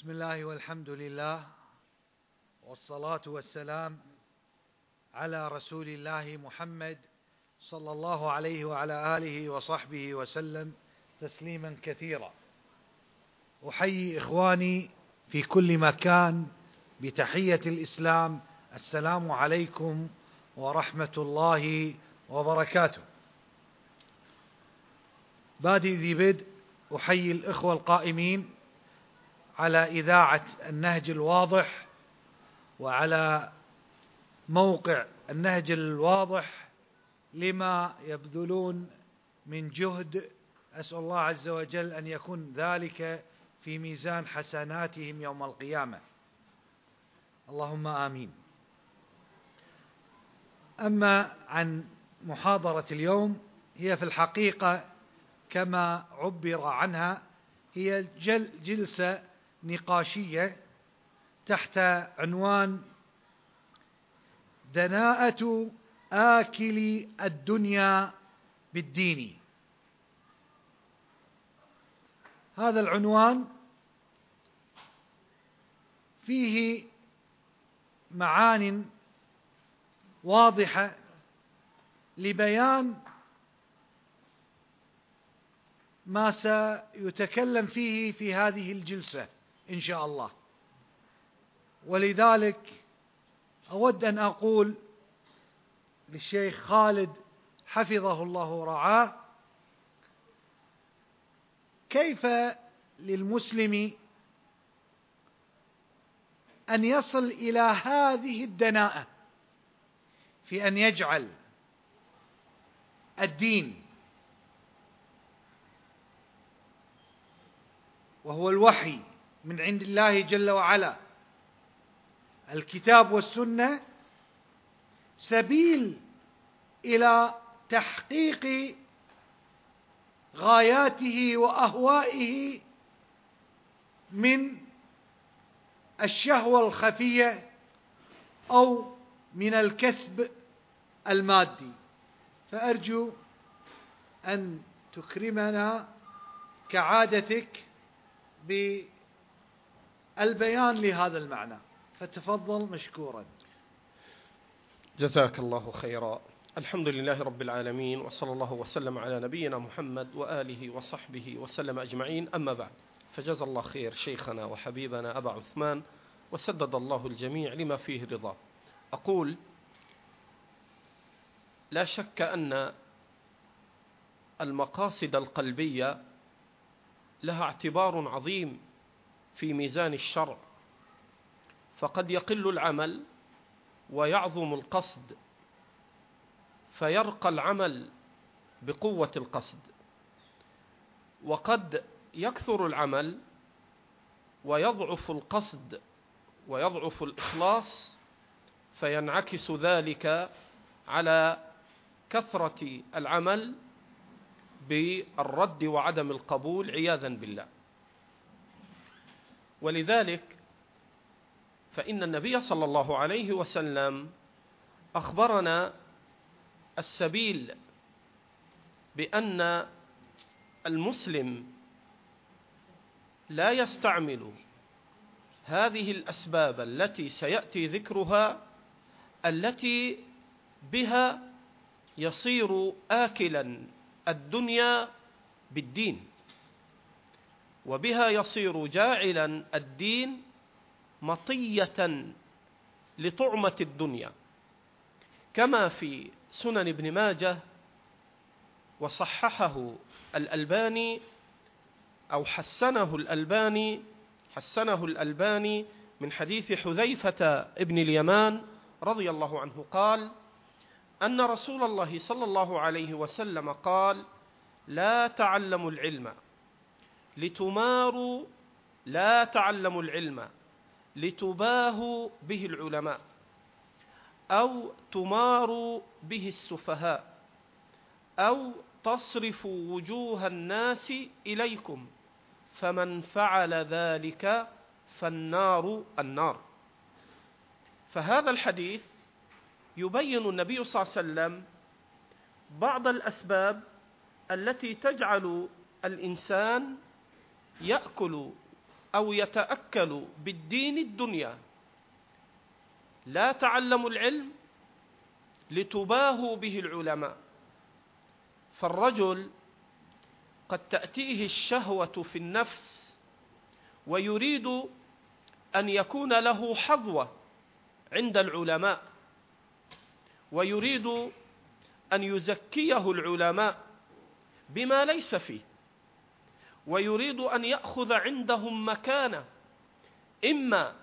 بسم الله والحمد لله والصلاة والسلام على رسول الله محمد صلى الله عليه وعلى آله وصحبه وسلم تسليما كثيرا. أحيي إخواني في كل مكان بتحية الإسلام، السلام عليكم ورحمة الله وبركاته. بادئ ذي بدء أحيي الإخوة القائمين على إذاعة النهج الواضح وعلى موقع النهج الواضح لما يبذلون من جهد. أسأل الله عز وجل أن يكون ذلك في ميزان حسناتهم يوم القيامة، اللهم آمين. أما عن محاضرة اليوم، هي في الحقيقة كما عبر عنها هي جلسة نقاشية تحت عنوان دناءة آكل الدنيا بالدين. هذا العنوان فيه معان واضحة لبيان ما سيتكلم فيه في هذه الجلسة إن شاء الله. ولذلك أود أن أقول للشيخ خالد حفظه الله ورعاه: كيف للمسلم أن يصل إلى هذه الدناءة في أن يجعل الدين، وهو الوحي من عند الله جل وعلا، الكتاب والسنة، سبيل إلى تحقيق غاياته وأهوائه من الشهوة الخفية أو من الكسب المادي. فأرجو أن تكرمنا كعادتك بالبيان لهذا المعنى، فتفضل مشكورا. جزاك الله خيرا. الحمد لله رب العالمين، وصلى الله وسلم على نبينا محمد وآله وصحبه وسلم أجمعين. أما بعد، فجزا الله خير شيخنا وحبيبنا أبا عثمان، وسدد الله الجميع لما فيه رضا. أقول: لا شك أن المقاصد القلبية لها اعتبار عظيم في ميزان الشرع، فقد يقل العمل ويعظم القصد، فيرقى العمل بقوة القصد، وقد يكثر العمل ويضعف القصد ويضعف الإخلاص، فينعكس ذلك على كثرة العمل بالرد وعدم القبول عياذا بالله. ولذلك فإن النبي صلى الله عليه وسلم أخبرنا السبيل بأن المسلم لا يستعمل هذه الأسباب التي سيأتي ذكرها، التي بها يصير آكلا الدنيا بالدين، وبها يصير جاعلا الدين مطية لطعمة الدنيا، كما في سنن ابن ماجه، وصححه الألباني أو حسنه الألباني من حديث حذيفة ابن اليمان رضي الله عنه قال: أن رسول الله صلى الله عليه وسلم قال: لا تعلموا العلم لتباهوا به العلماء، أو تماروا به السفهاء، أو تصرفوا وجوه الناس إليكم، فمن فعل ذلك فالنار النار. فهذا الحديث يبين النبي صلى الله عليه وسلم بعض الأسباب التي تجعل الإنسان يأكل أو يتأكل بالدين الدنيا. لا تعلموا العلم لتباهوا به العلماء. فالرجل قد تأتيه الشهوة في النفس ويريد أن يكون له حظوة عند العلماء، ويريد أن يزكيه العلماء بما ليس فيه، ويريد أن يأخذ عندهم مكانة، إما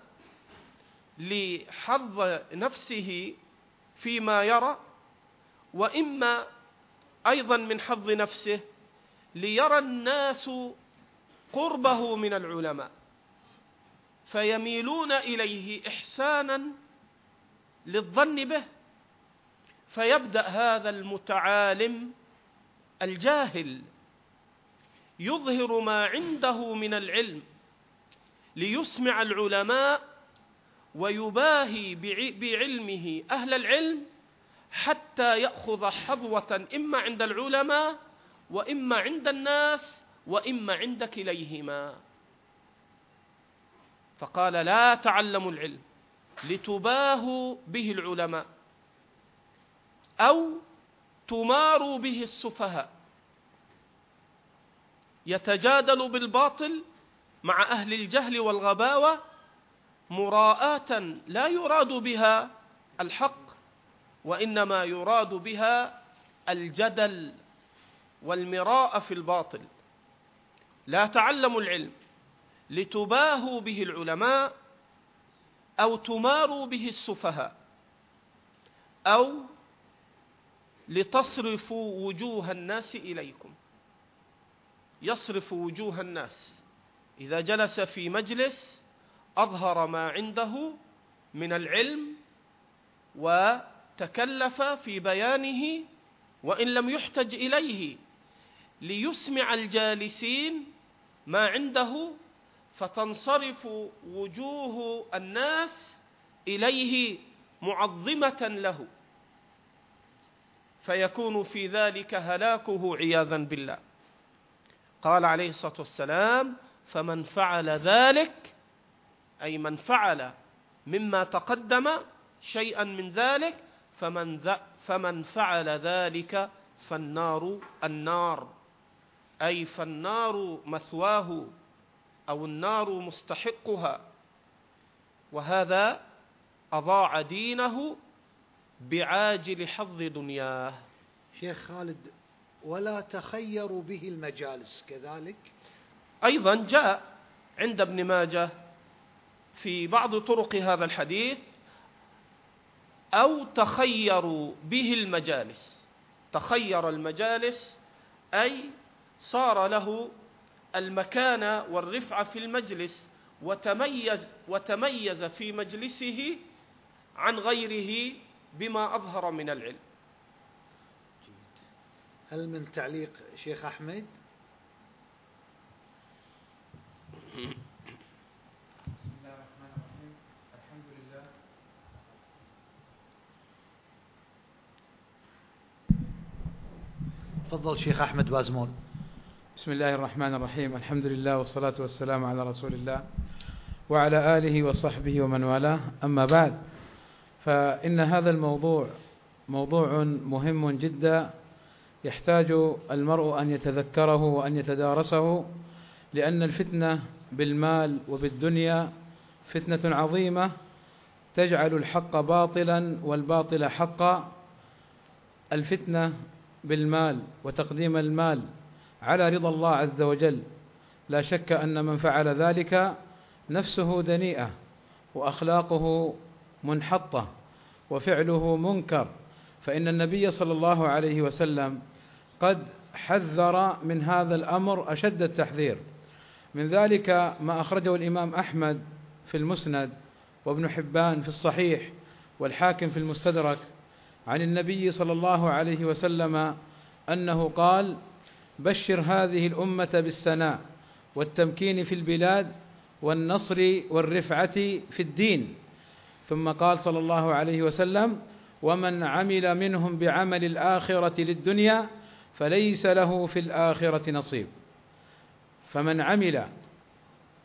لحظ نفسه فيما يرى، وإما أيضا من حظ نفسه ليرى الناس قربه من العلماء، فيميلون إليه إحسانا للظن به. فيبدأ هذا المتعالم الجاهل يظهر ما عنده من العلم ليسمع العلماء ويباهي بعلمه أهل العلم، حتى يأخذ حظوة إما عند العلماء وإما عند الناس وإما عند كليهما. فقال: لا تعلموا العلم لتباهوا به العلماء أو تماروا به السفهاء. يتجادل بالباطل مع أهل الجهل والغباوة مراءة لا يراد بها الحق، وإنما يراد بها الجدل والمراء في الباطل. لا تعلموا العلم لتباهوا به العلماء أو تماروا به السفهاء أو لتصرفوا وجوه الناس إليكم. يصرف وجوه الناس إذا جلس في مجلس أظهر ما عنده من العلم وتكلف في بيانه وإن لم يحتج إليه، ليسمع الجالسين ما عنده، فتنصرف وجوه الناس إليه معظمة له، فيكون في ذلك هلاكه عياذا بالله. قال عليه الصلاة والسلام: فمن فعل ذلك، أي من فعل مما تقدم شيئا من ذلك، فمن فعل ذلك النار، أي فالنار مثواه أو النار مستحقها، وهذا أضاع دينه بعاجل حظ دنياه. شيخ خالد: ولا تخيروا به المجالس كذلك؟ أيضا جاء عند ابن ماجه في بعض طرق هذا الحديث: أو تخيروا به المجالس. تخير المجالس أي صار له المكانة والرفعة في المجلس، وتميز في مجلسه عن غيره بما أظهر من العلم. هل من تعليق شيخ أحمد؟ بسم الله الرحمن الرحيم. الحمد لله. تفضل شيخ أحمد بازمول. بسم الله الرحمن الرحيم. الحمد لله والصلاة والسلام على رسول الله وعلى آله وصحبه ومن والاه. أما بعد، فإن هذا الموضوع موضوع مهم جدا، يحتاج المرء أن يتذكره وأن يتدارسه، لأن الفتنة بالمال وبالدنيا فتنة عظيمة تجعل الحق باطلا والباطل حقا. الفتنة بالمال وتقديم المال على رضا الله عز وجل، لا شك أن من فعل ذلك نفسه دنيئة وأخلاقه منحطة وفعله منكر، فإن النبي صلى الله عليه وسلم قد حذر من هذا الأمر أشد التحذير. من ذلك ما أخرجه الإمام أحمد في المسند، وابن حبان في الصحيح، والحاكم في المستدرك، عن النبي صلى الله عليه وسلم أنه قال: بشر هذه الأمة بالسناء والتمكين في البلاد والنصر والرفعة في الدين. ثم قال صلى الله عليه وسلم: ومن عمل منهم بعمل الآخرة للدنيا فليس له في الآخرة نصيب. فمن عمل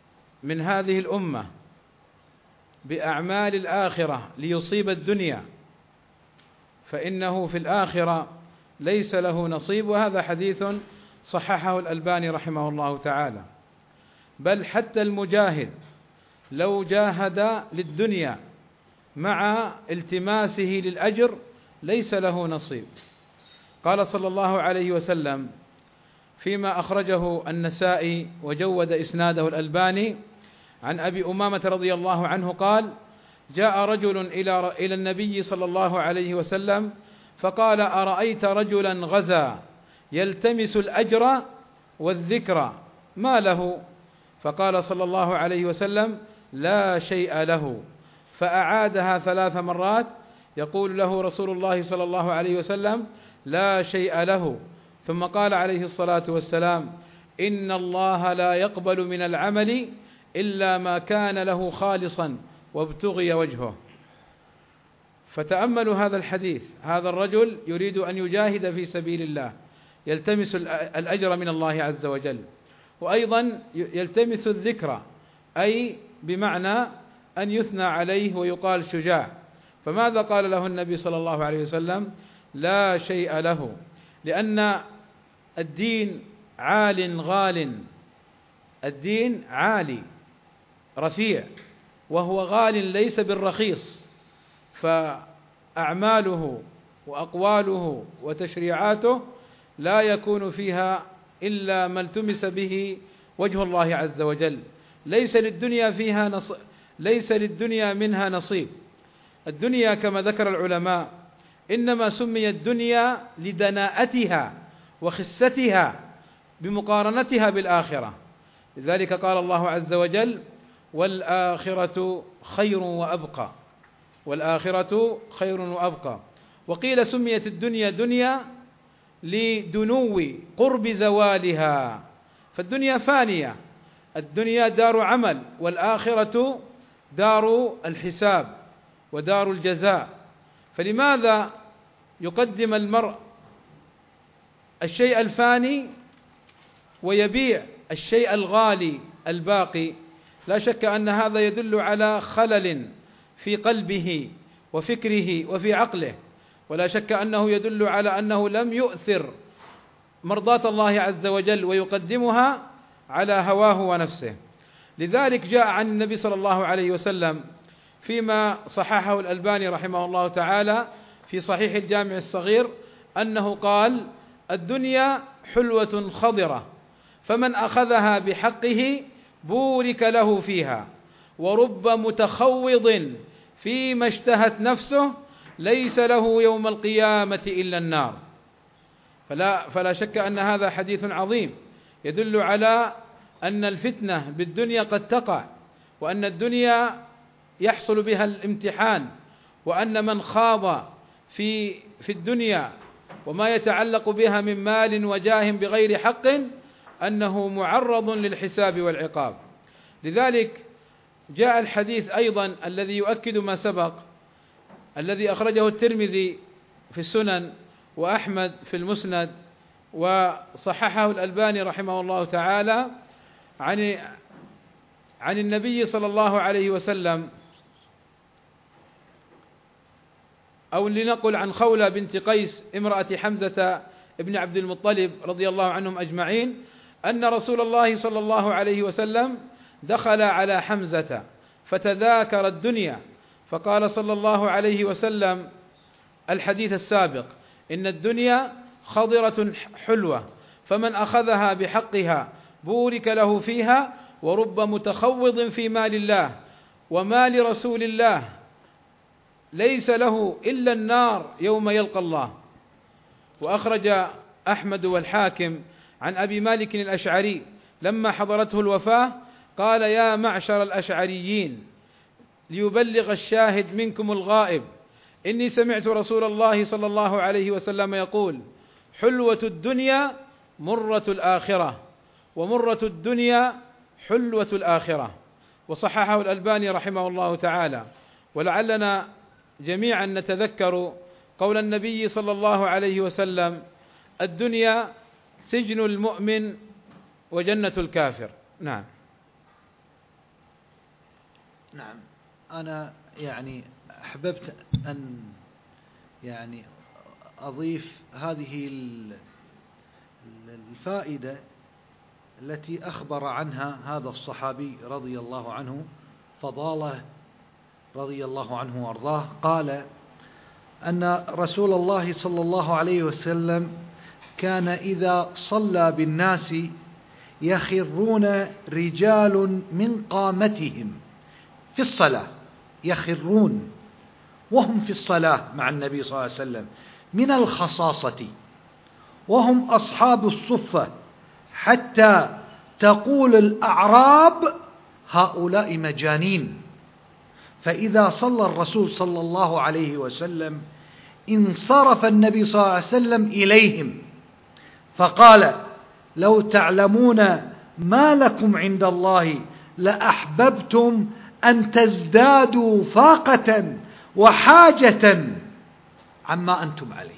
من هذه الأمة بأعمال الآخرة ليصيب الدنيا فإنه في الآخرة ليس له نصيب، وهذا حديث صححه الألباني رحمه الله تعالى. بل حتى المجاهد لو جاهد للدنيا مع التماسه للأجر ليس له نصيب. قال صلى الله عليه وسلم فيما أخرجه النسائي وجود إسناده الألباني عن أبي أمامة رضي الله عنه قال: جاء رجل إلى النبي صلى الله عليه وسلم فقال: أرأيت رجلا غزا يلتمس الأجر والذكر ما له؟ فقال صلى الله عليه وسلم: لا شيء له. فأعادها 3 مرات يقول له رسول الله صلى الله عليه وسلم: لا شيء له. ثم قال عليه الصلاة والسلام: إن الله لا يقبل من العمل إلا ما كان له خالصا وابتغي وجهه. فتأملوا هذا الحديث، هذا الرجل يريد أن يجاهد في سبيل الله يلتمس الأجر من الله عز وجل، وأيضا يلتمس الذكر، أي بمعنى أن يثنى عليه ويقال شجاع. فماذا قال له النبي صلى الله عليه وسلم؟ لا شيء له، لأن الدين عال غال، الدين عالي رفيع وهو غال ليس بالرخيص، فأعماله وأقواله وتشريعاته لا يكون فيها إلا ما التمس به وجه الله عز وجل. ليس للدنيا منها نصيب. الدنيا كما ذكر العلماء إنما سميت الدنيا لدناءتها وخستها بمقارنتها بالآخرة. لذلك قال الله عز وجل: والآخرة خير وأبقى، والآخرة خير وأبقى. وقيل سميت الدنيا دنيا لدنو قرب زوالها، فالدنيا فانية، الدنيا دار عمل، والآخرة دار الحساب ودار الجزاء. فلماذا يقدم المرء الشيء الفاني ويبيع الشيء الغالي الباقي؟ لا شك أن هذا يدل على خلل في قلبه وفكره وفي عقله، ولا شك أنه يدل على أنه لم يؤثر مرضاة الله عز وجل ويقدمها على هواه ونفسه. لذلك جاء عن النبي صلى الله عليه وسلم فيما صححه الألباني رحمه الله تعالى في صحيح الجامع الصغير أنه قال: الدنيا حلوة خضرة، فمن أخذها بحقه بورك له فيها، ورب متخوض فيما اشتهت نفسه ليس له يوم القيامة إلا النار. فلا شك أن هذا حديث عظيم يدل على أن الفتنة بالدنيا قد تقع، وأن الدنيا يحصل بها الامتحان، وأن من خاض في الدنيا وما يتعلق بها من مال وجاه بغير حق أنه معرض للحساب والعقاب. لذلك جاء الحديث أيضا الذي يؤكد ما سبق، الذي أخرجه الترمذي في السنن وأحمد في المسند وصححه الألباني رحمه الله تعالى عن النبي صلى الله عليه وسلم، أو لنقل عن خولة بنت قيس امرأة حمزة ابن عبد المطلب رضي الله عنهم أجمعين أن رسول الله صلى الله عليه وسلم دخل على حمزة فتذاكر الدنيا، فقال صلى الله عليه وسلم الحديث السابق: إن الدنيا خضرة حلوة، فمن أخذها بحقها بورك له فيها، ورب متخوض في مال الله ومال رسول الله ليس له إلا النار يوم يلقى الله. وأخرج أحمد والحاكم عن أبي مالك الأشعري لما حضرته الوفاة قال: يا معشر الأشعريين، ليبلغ الشاهد منكم الغائب، إني سمعت رسول الله صلى الله عليه وسلم يقول: حلوة الدنيا مرة الآخرة، ومرة الدنيا حلوة الآخرة. وصححه الألباني رحمه الله تعالى. ولعلنا جميعا نتذكر قول النبي صلى الله عليه وسلم: الدنيا سجن المؤمن وجنة الكافر. نعم. نعم، أنا أحببت أن أضيف هذه الفائدة التي أخبر عنها هذا الصحابي رضي الله عنه، فضالة رضي الله عنه وارضاه، قال أن رسول الله صلى الله عليه وسلم كان إذا صلى بالناس يخرون رجال من قامتهم في الصلاة، يخرون وهم في الصلاة مع النبي صلى الله عليه وسلم من الخصاصة، وهم أصحاب الصفة، حتى تقول الأعراب هؤلاء مجانين. فإذا صلى الرسول صلى الله عليه وسلم انصرف النبي صلى الله عليه وسلم إليهم فقال: لو تعلمون ما لكم عند الله لأحببتم أن تزدادوا فاقة وحاجة عما أنتم عليه.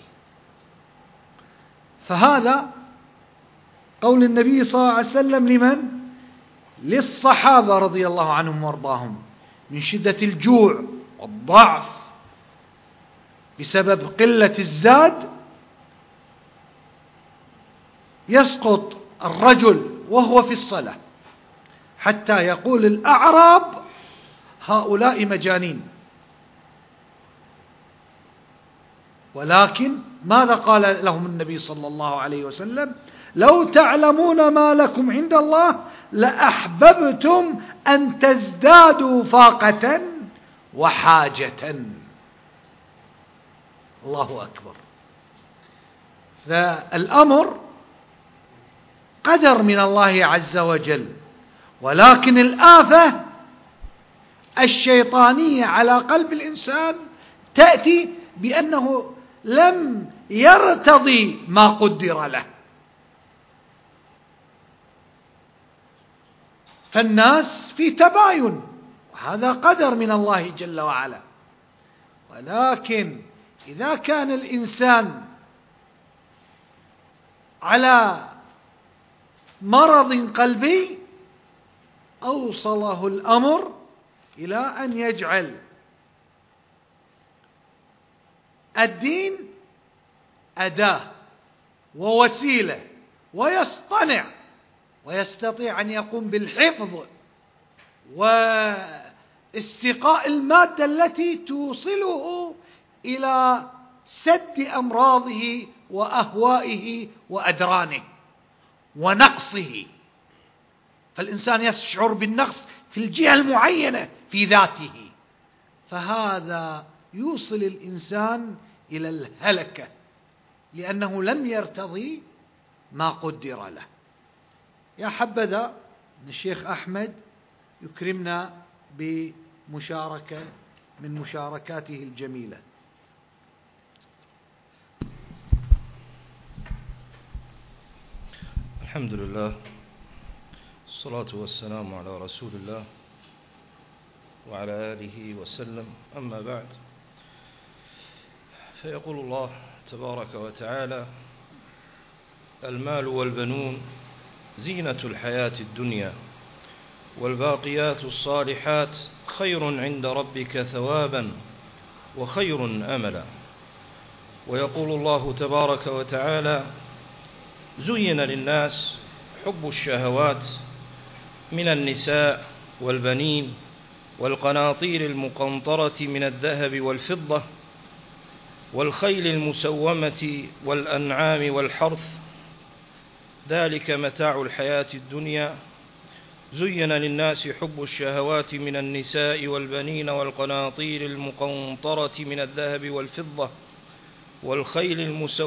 فهذا قول النبي صلى الله عليه وسلم لمن؟ للصحابة رضي الله عنهم وارضاهم، من شدة الجوع والضعف بسبب قلة الزاد يسقط الرجل وهو في الصلاة حتى يقول الأعراب هؤلاء مجانين. ولكن ماذا قال لهم النبي صلى الله عليه وسلم؟ لو تعلمون ما لكم عند الله لأحببتم أن تزدادوا فاقة وحاجة. الله أكبر. فالأمر قدر من الله عز وجل، ولكن الآفة الشيطانية على قلب الإنسان تأتي بأنه لم يرتضي ما قدر له. فالناس في تباين، وهذا قدر من الله جل وعلا. ولكن إذا كان الإنسان على مرض قلبي أوصله الأمر إلى أن يجعل الدين أداة ووسيلة، ويصطنع ويستطيع أن يقوم بالحفظ واستقاء المادة التي توصله إلى سد أمراضه وأهوائه وأدرانه ونقصه. فالإنسان يشعر بالنقص في الجهة المعينة في ذاته، فهذا يوصل الإنسان إلى الهلكة لأنه لم يرتضي ما قدر له. يا حبذا الشيخ أحمد يكرمنا بمشاركة من مشاركاته الجميلة. الحمد لله، الصلاة والسلام على رسول الله وعلى آله وسلم، أما بعد، فيقول الله تبارك وتعالى: المال والبنون زينة الحياة الدنيا والباقيات الصالحات خير عند ربك ثوابا وخير أملا. ويقول الله تبارك وتعالى: زين للناس حب الشهوات من النساء والبنين والقناطير المقنطرة من الذهب والفضة والخيل المسومة والأنعام والحرث ذلك متاع الحياة الدنيا. زين للناس حب الشهوات من النساء والبنين والقناطير المقنطرة من الذهب والفضة والخيل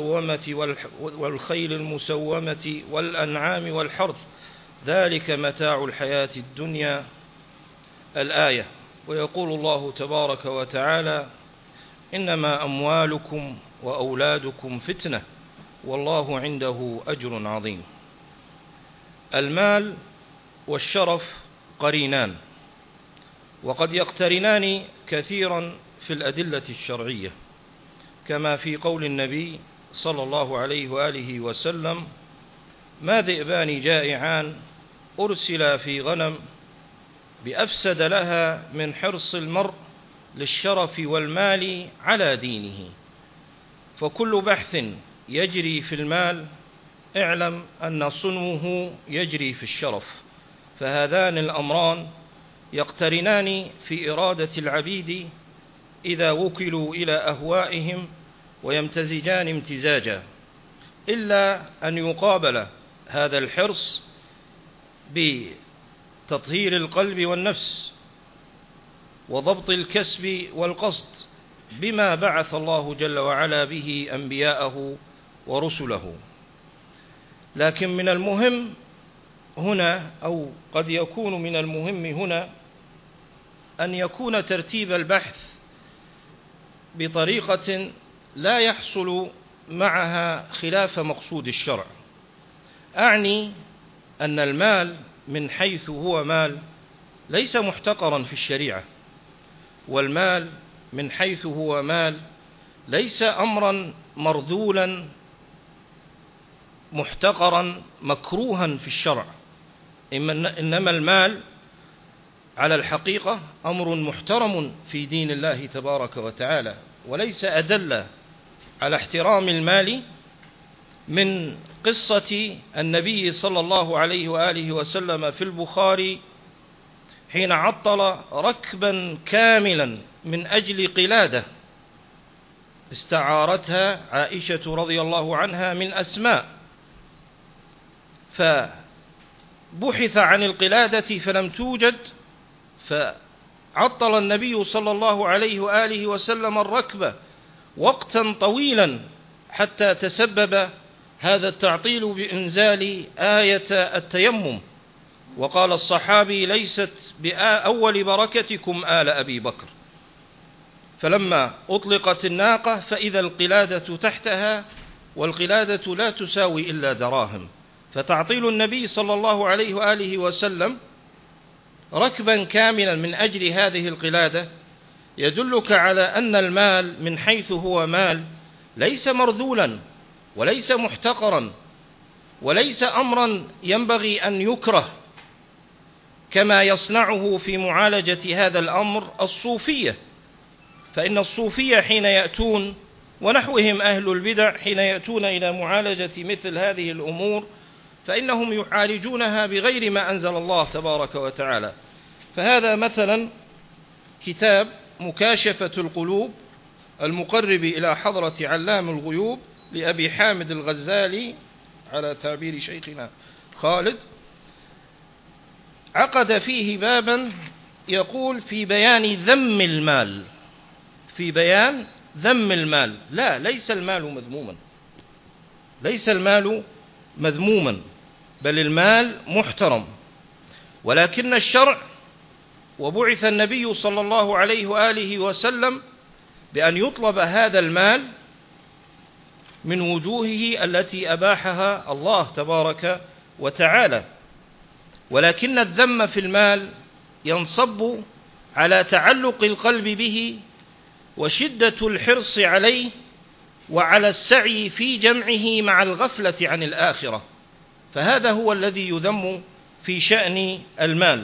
المسومة والأنعام والحرث ذلك متاع الحياة الدنيا. الآية. ويقول الله تبارك وتعالى: إنما أموالكم وأولادكم فتنة والله عنده أجر عظيم. المال والشرف قرينان، وقد يقترنان كثيرا في الأدلة الشرعية، كما في قول النبي صلى الله عليه وآله وسلم: ما ذئبان جائعان أرسلا في غنم بأفسد لها من حرص المرء للشرف والمال على دينه. فكل بحث يجري في المال اعلم أن صنوه يجري في الشرف، فهذان الأمران يقترنان في إرادة العبيد إذا وكلوا إلى أهوائهم ويمتزجان امتزاجا، إلا أن يقابل هذا الحرص بتطهير القلب والنفس وضبط الكسب والقصد بما بعث الله جل وعلا به أنبياءه ورسله. لكن من المهم هنا، أو قد يكون من المهم هنا، أن يكون ترتيب البحث بطريقة لا يحصل معها خلاف مقصود الشرع. أعني أن المال من حيث هو مال ليس محتقرا في الشريعة، والمال من حيث هو مال ليس أمرا مرذولا محتقرا مكروها في الشرع، إنما المال على الحقيقة أمر محترم في دين الله تبارك وتعالى، وليس أدل على احترام المال من قصة النبي صلى الله عليه وآله وسلم في البخاري حين عطل ركبا كاملا من أجل قلادة استعارتها عائشة رضي الله عنها من أسماء، فبحث عن القلادة فلم توجد، فعطل النبي صلى الله عليه وآله وسلم الركبة وقتا طويلا حتى تسبب هذا التعطيل بإنزال آية التيمم، وقال الصحابي: ليست بأول بركتكم آل أبي بكر. فلما أطلقت الناقة فإذا القلادة تحتها، والقلادة لا تساوي إلا دراهم، فتعطيل النبي صلى الله عليه وآله وسلم ركبا كاملا من أجل هذه القلادة يدلك على أن المال من حيث هو مال ليس مرذولا وليس محتقرا وليس أمرا ينبغي أن يكره كما يصنعه في معالجة هذا الأمر الصوفية. فإن الصوفية حين يأتون، ونحوهم أهل البدع، حين يأتون إلى معالجة مثل هذه الأمور فإنهم يعالجونها بغير ما أنزل الله تبارك وتعالى. فهذا مثلا كتاب مكاشفة القلوب المقرب إلى حضرة علام الغيوب لأبي حامد الغزالي على تعبير شيخنا خالد، عقد فيه بابا يقول في بيان ذم المال، في بيان ذم المال. لا، ليس المال مذموما، ليس المال مذموما، بل المال محترم، ولكن الشرع وبعث النبي صلى الله عليه وآله وسلم بأن يطلب هذا المال من وجوهه التي أباحها الله تبارك وتعالى. ولكن الذم في المال ينصب على تعلق القلب به وشدة الحرص عليه وعلى السعي في جمعه مع الغفلة عن الآخرة، فهذا هو الذي يذم في شأن المال.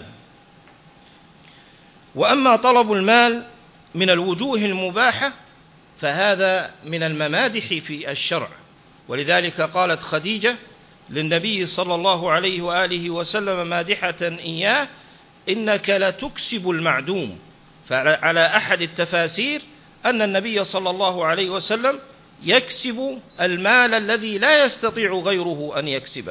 وأما طلب المال من الوجوه المباحة فهذا من الممادح في الشرع، ولذلك قالت خديجة للنبي صلى الله عليه وآله وسلم مادحة إياه: إنك لتكسب المعدوم. فعلى أحد التفاسير أن النبي صلى الله عليه وسلم يكسب المال الذي لا يستطيع غيره أن يكسبه.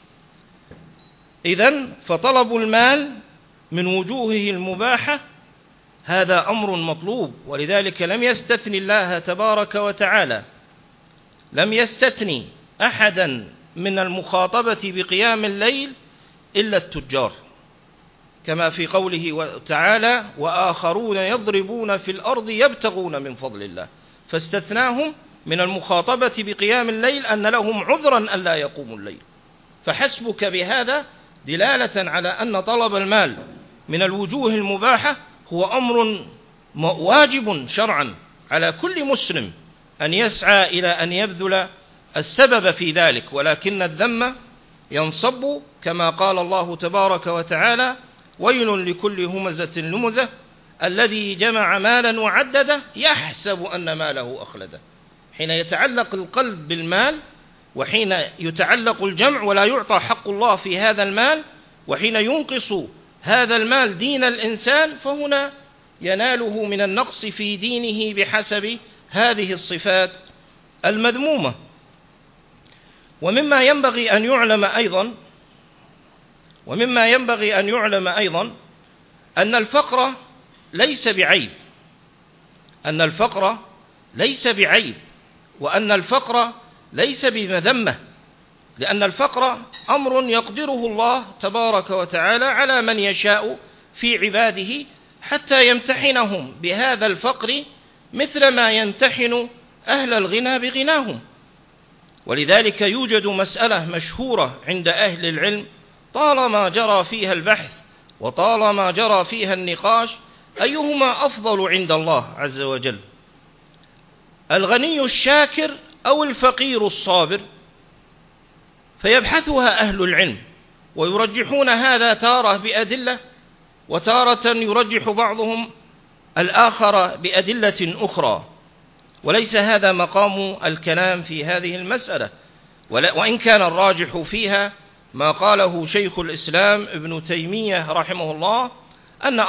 إذن فطلب المال من وجوهه المباحة هذا أمر مطلوب، ولذلك لم يستثني الله تبارك وتعالى، لم يستثني أحدا من المخاطبة بقيام الليل إلا التجار، كما في قوله تعالى: وآخرون يضربون في الأرض يبتغون من فضل الله، فاستثناهم من المخاطبة بقيام الليل أن لهم عذرا ألا يقوموا الليل. فحسبك بهذا دلالة على أن طلب المال من الوجوه المباحة هو أمر واجب شرعا على كل مسلم أن يسعى إلى أن يبذل السبب في ذلك، ولكن الذم ينصب كما قال الله تبارك وتعالى: ويل لكل همزة لمزة الذي جمع مالا وعدده يحسب أن ماله أخلده. حين يتعلق القلب بالمال، وحين يتعلق الجمع ولا يعطى حق الله في هذا المال، وحين ينقص هذا المال دين الإنسان، فهنا يناله من النقص في دينه بحسب هذه الصفات المذمومة. ومما ينبغي أن يعلم أيضا أن الفقر ليس بعيب، وأن الفقر ليس بمذمة، لأن الفقر أمر يقدره الله تبارك وتعالى على من يشاء في عباده حتى يمتحنهم بهذا الفقر مثل ما يمتحن أهل الغنى بغناهم. ولذلك يوجد مسألة مشهورة عند أهل العلم طالما جرى فيها البحث وطالما جرى فيها النقاش، أيهما أفضل عند الله عز وجل، الغني الشاكر أو الفقير الصابر؟ فيبحثها أهل العلم ويرجحون هذا تارة بأدلة، وتارة يرجح بعضهم الآخر بأدلة أخرى، وليس هذا مقام الكلام في هذه المسألة، وإن كان الراجح فيها ما قاله شيخ الإسلام ابن تيمية رحمه الله أن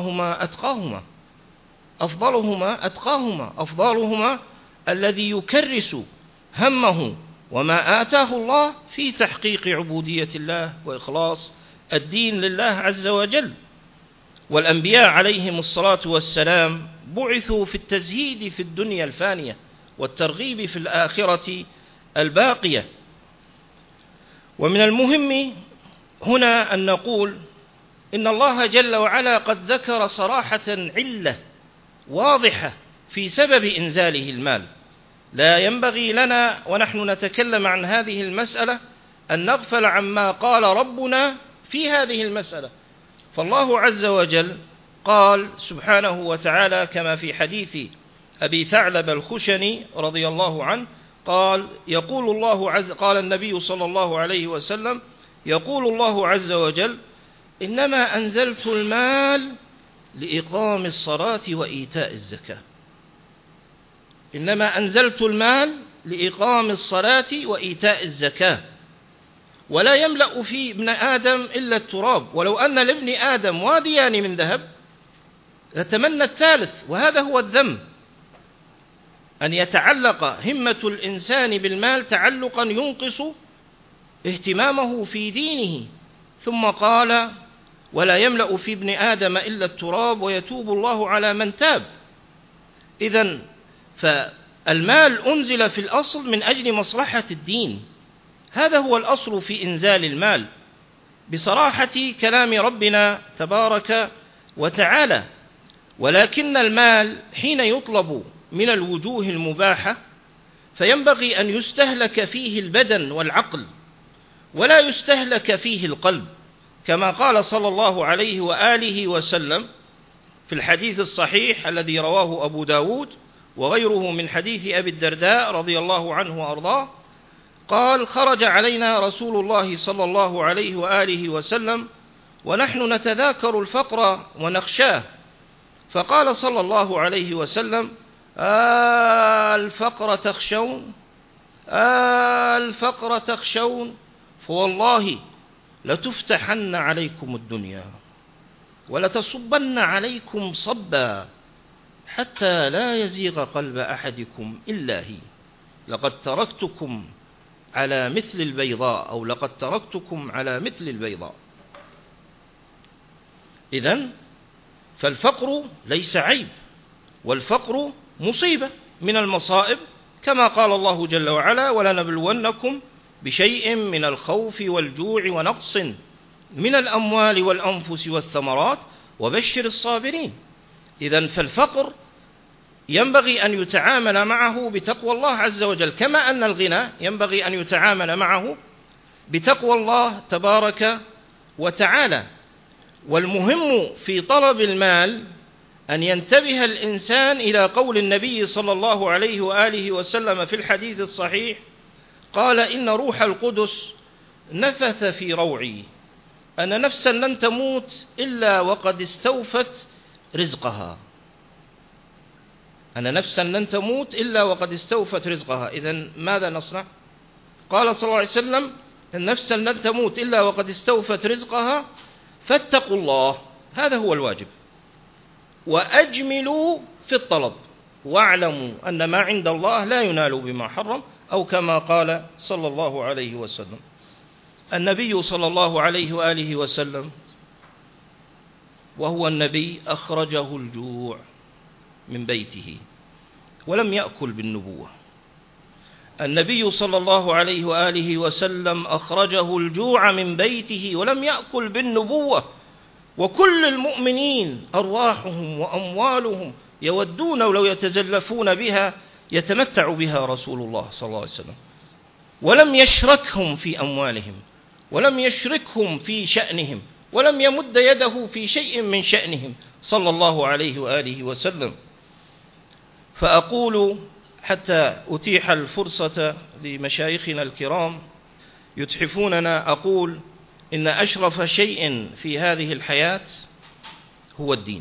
أفضلهما الذي يكرس همه وما آتاه الله في تحقيق عبودية الله وإخلاص الدين لله عز وجل. والأنبياء عليهم الصلاة والسلام بعثوا في التزهيد في الدنيا الفانية والترغيب في الآخرة الباقية. ومن المهم هنا أن نقول إن الله جل وعلا قد ذكر صراحة علة واضحة في سبب إنزاله المال. لا ينبغي لنا ونحن نتكلم عن هذه المسألة أن نغفل عما قال ربنا في هذه المسألة. فالله عز وجل قال سبحانه وتعالى كما في حديث أبي ثعلب الخشني رضي الله عنه قال قال النبي صلى الله عليه وسلم يقول الله عز وجل إنما أنزلت المال لإقام الصلاة وإيتاء الزكاة. إنما أنزلت المال لإقام الصلاة وإيتاء الزكاة، ولا يملأ في ابن آدم إلا التراب، ولو أن لابن آدم واديان من ذهب لتمنى الثالث. وهذا هو الذم، أن يتعلق همة الإنسان بالمال تعلقا ينقص اهتمامه في دينه. ثم قال ولا يملأ في ابن آدم إلا التراب ويتوب الله على من تاب. إذن فالمال أنزل في الأصل من أجل مصلحة الدين، هذا هو الأصل في إنزال المال بصراحة كلام ربنا تبارك وتعالى. ولكن المال حين يطلب من الوجوه المباحة فينبغي أن يستهلك فيه البدن والعقل ولا يستهلك فيه القلب، كما قال صلى الله عليه وآله وسلم في الحديث الصحيح الذي رواه أبو داود وغيره من حديث أبي الدرداء رضي الله عنه وأرضاه قال خرج علينا رسول الله صلى الله عليه وآله وسلم ونحن نتذاكر الفقر ونخشاه، فقال صلى الله عليه وسلم الفقر تخشون فوالله لتفتحن عليكم الدنيا ولتصبن عليكم صبا حتى لا يزيغ قلب أحدكم إلا هي لقد تركتكم على مثل البيضاء أو لقد تركتكم على مثل البيضاء. إذن فالفقر ليس عيب، والفقر مصيبة من المصائب، كما قال الله جل وعلا ولنبلونكم بشيء من الخوف والجوع ونقص من الأموال والأنفس والثمرات وبشر الصابرين. إذن فالفقر ينبغي أن يتعامل معه بتقوى الله عز وجل، كما أن الغنى ينبغي أن يتعامل معه بتقوى الله تبارك وتعالى. والمهم في طلب المال أن ينتبه الإنسان إلى قول النبي صلى الله عليه وآله وسلم في الحديث الصحيح قال إن روح القدس نفث في روعي أن نفسا لن تموت إلا وقد استوفت رزقها، أن نفسا لن تموت إلا وقد استوفت رزقها. إذن ماذا نصنع؟ قال صلى الله عليه وسلم: النفس لن تموت إلا وقد استوفت رزقها فاتقوا الله، هذا هو الواجب، وأجملوا في الطلب، واعلموا أن ما عند الله لا ينال بما حرم، أو كما قال صلى الله عليه وسلم. النبي صلى الله عليه وآله وسلم وهو النبي أخرجه الجوع من بيته ولم يأكل بالنبوة. النبي صلى الله عليه وآله وسلم أخرجه الجوع من بيته ولم يأكل بالنبوة، وكل المؤمنين أرواحهم وأموالهم يودون ولو يتزلفون بها يتمتع بها رسول الله صلى الله عليه وسلم، ولم يشركهم في أموالهم، ولم يشركهم في شأنهم، ولم يمد يده في شيء من شأنهم صلى الله عليه وآله وسلم. فأقول حتى أتيح الفرصة لمشايخنا الكرام يتحفوننا، أقول إن أشرف شيء في هذه الحياة هو الدين،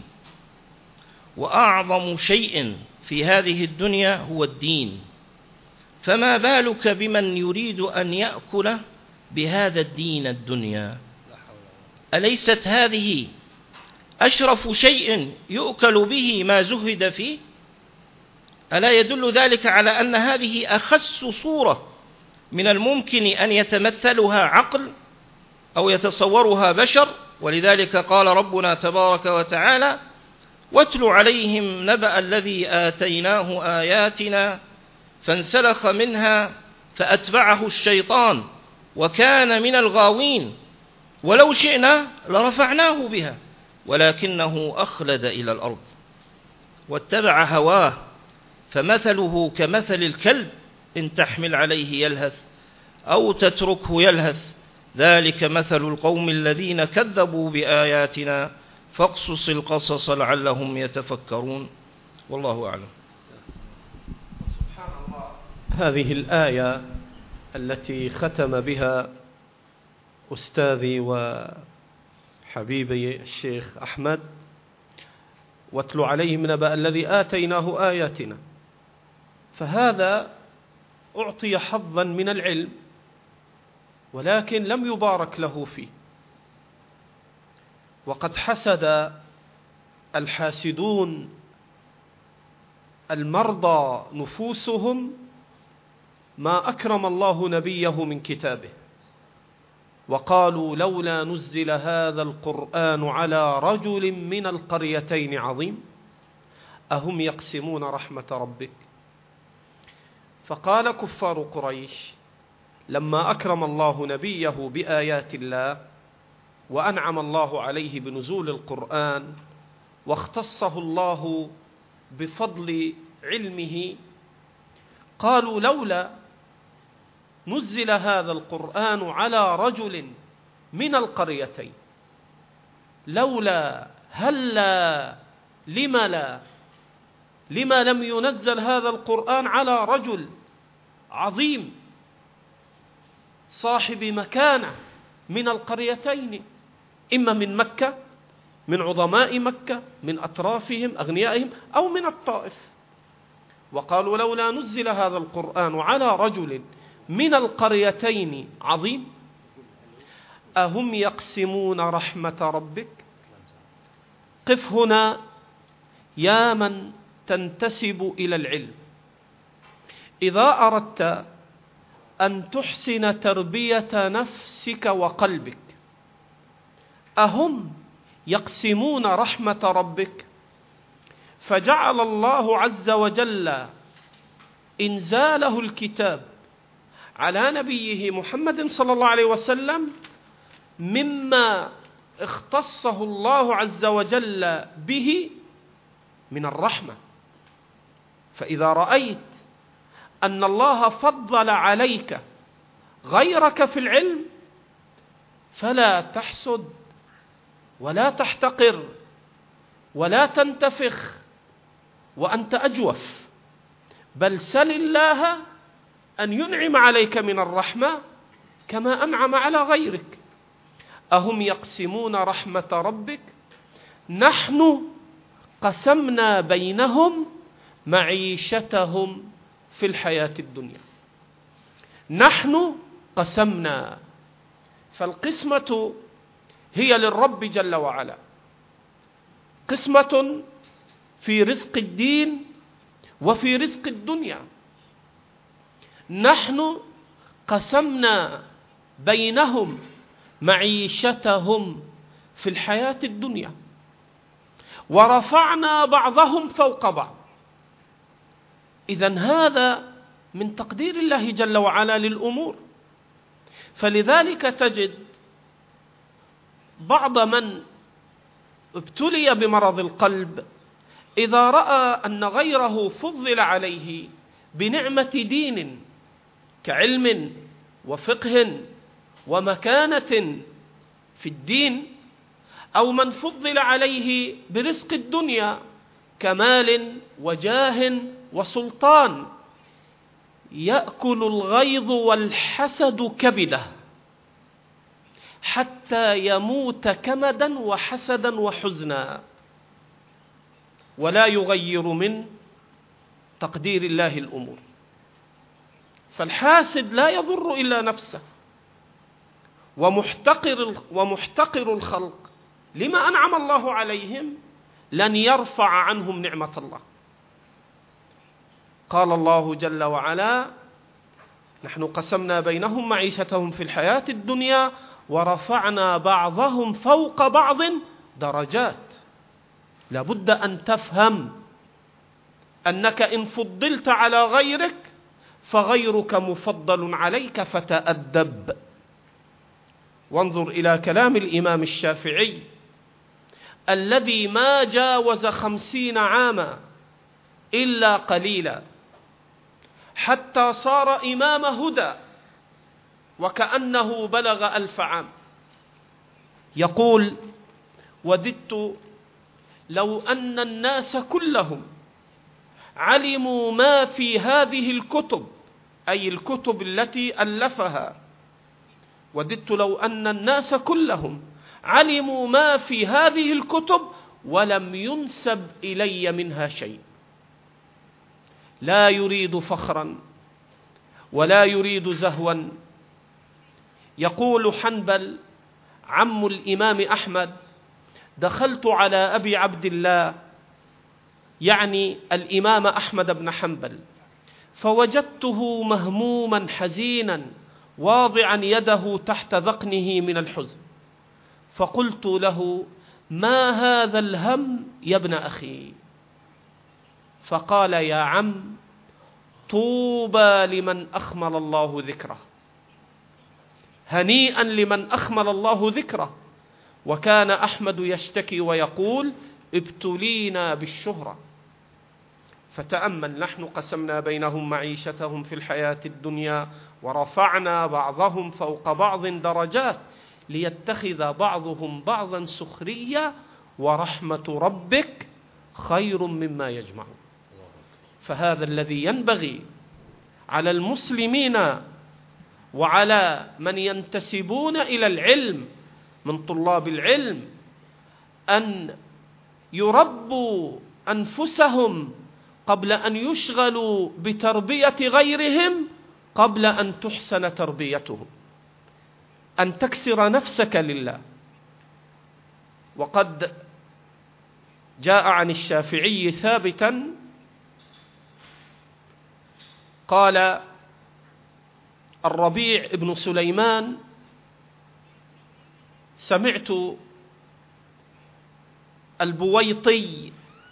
وأعظم شيء في هذه الدنيا هو الدين، فما بالك بمن يريد أن يأكل بهذا الدين الدنيا؟ أليست هذه أشرف شيء يؤكل به ما زهد فيه؟ ألا يدل ذلك على أن هذه أخس صورة من الممكن أن يتمثلها عقل أو يتصورها بشر؟ ولذلك قال ربنا تبارك وتعالى: واتل عليهم نبأ الذي آتيناه آياتنا فانسلخ منها فأتبعه الشيطان وكان من الغاوين ولو شئنا لرفعناه بها ولكنه أخلد إلى الأرض واتبع هواه فمثله كمثل الكلب إن تحمل عليه يلهث أو تتركه يلهث، ذلك مثل القوم الذين كذبوا بآياتنا فاقصص القصص لعلهم يتفكرون. والله أعلم. سبحان الله، هذه الآية التي ختم بها أستاذي وحبيبي الشيخ أحمد: واتل عليهم نبأ الذي آتيناه آياتنا، فهذا أعطي حظا من العلم ولكن لم يبارك له فيه، وقد حسد الحاسدون المرضى نفوسهم ما أكرم الله نبيه من كتابه، وقالوا لولا نزل هذا القرآن على رجل من القريتين عظيم أهم يقسمون رحمة ربك. فقال كفار قريش لما أكرم الله نبيه بآيات الله وأنعم الله عليه بنزول القرآن واختصه الله بفضل علمه، قالوا لولا نزل هذا القرآن على رجل من القريتين، لولا هلا لما لم ينزل هذا القرآن على رجل عظيم صاحب مكانة من القريتين، إما من مكة، من عظماء مكة، من أطرافهم أغنيائهم، أو من الطائف. وقالوا لولا نزل هذا القرآن على رجل من القريتين عظيم أهم يقسمون رحمة ربك. قف هنا يا من تنتسب إلى العلم، إذا أردت أن تحسن تربية نفسك وقلبك، أهم يقسمون رحمة ربك؟ فجعل الله عز وجل إنزاله الكتاب على نبيه محمد صلى الله عليه وسلم مما اختصه الله عز وجل به من الرحمة. فإذا رأيت أن الله فضل عليك غيرك في العلم فلا تحسد ولا تحتقر ولا تنتفخ وأنت أجوف، بل سل الله أن ينعم عليك من الرحمة كما أنعم على غيرك. أهم يقسمون رحمة ربك نحن قسمنا بينهم معيشتهم في الحياة الدنيا. نحن قسمنا، فالقسمة هي للرب جل وعلا، قسمة في رزق الدين وفي رزق الدنيا. نحن قسمنا بينهم معيشتهم في الحياة الدنيا ورفعنا بعضهم فوق بعض. إذن هذا من تقدير الله جل وعلا للأمور. فلذلك تجد بعض من ابتلي بمرض القلب إذا رأى أن غيره فضل عليه بنعمة دين كعلم وفقه ومكانة في الدين، أو من فضل عليه برزق الدنيا كمال وجاه وسلطان، يأكل الغيظ والحسد كبده حتى يموت كمدا وحسدا وحزنا، ولا يغير من تقدير الله الأمور. فالحاسد لا يضر إلا نفسه، ومحتقر الخلق لما أنعم الله عليهم لن يرفع عنهم نعمة الله. قال الله جل وعلا: نحن قسمنا بينهم معيشتهم في الحياة الدنيا ورفعنا بعضهم فوق بعض درجات. لابد أن تفهم أنك إن فضلت على غيرك فغيرك مفضل عليك، فتأدب. وانظر إلى كلام الإمام الشافعي الذي ما جاوز 50 عاما إلا قليلا حتى صار إمام هدى وكأنه بلغ 1000 عام. يقول: وددت لو أن الناس كلهم علموا ما في هذه الكتب، أي الكتب التي ألفها. وددت لو أن الناس كلهم علموا ما في هذه الكتب ولم ينسب إلي منها شيء. لا يريد فخرا ولا يريد زهوا. يقول حنبل عم الإمام أحمد: دخلت على أبي عبد الله، يعني الإمام أحمد بن حنبل، فوجدته مهموما حزينا واضعا يده تحت ذقنه من الحزن، فقلت له: ما هذا الهم يا ابن أخي؟ فقال: يا عم، طوبى لمن أخمل الله ذكره، هنيئا لمن أخمل الله ذكره. وكان أحمد يشتكي ويقول: ابتلينا بالشهرة. فتأمل: نحن قسمنا بينهم معيشتهم في الحياة الدنيا ورفعنا بعضهم فوق بعض درجات ليتخذ بعضهم بعضا سخريا ورحمة ربك خير مما يجمعون. فهذا الذي ينبغي على المسلمين وعلى من ينتسبون إلى العلم من طلاب العلم أن يربوا أنفسهم قبل أن يشغلوا بتربية غيرهم قبل أن تحسن تربيتهم، أن تكسر نفسك لله. وقد جاء عن الشافعي ثابتا قال الربيع بن سليمان: سمعت البويطي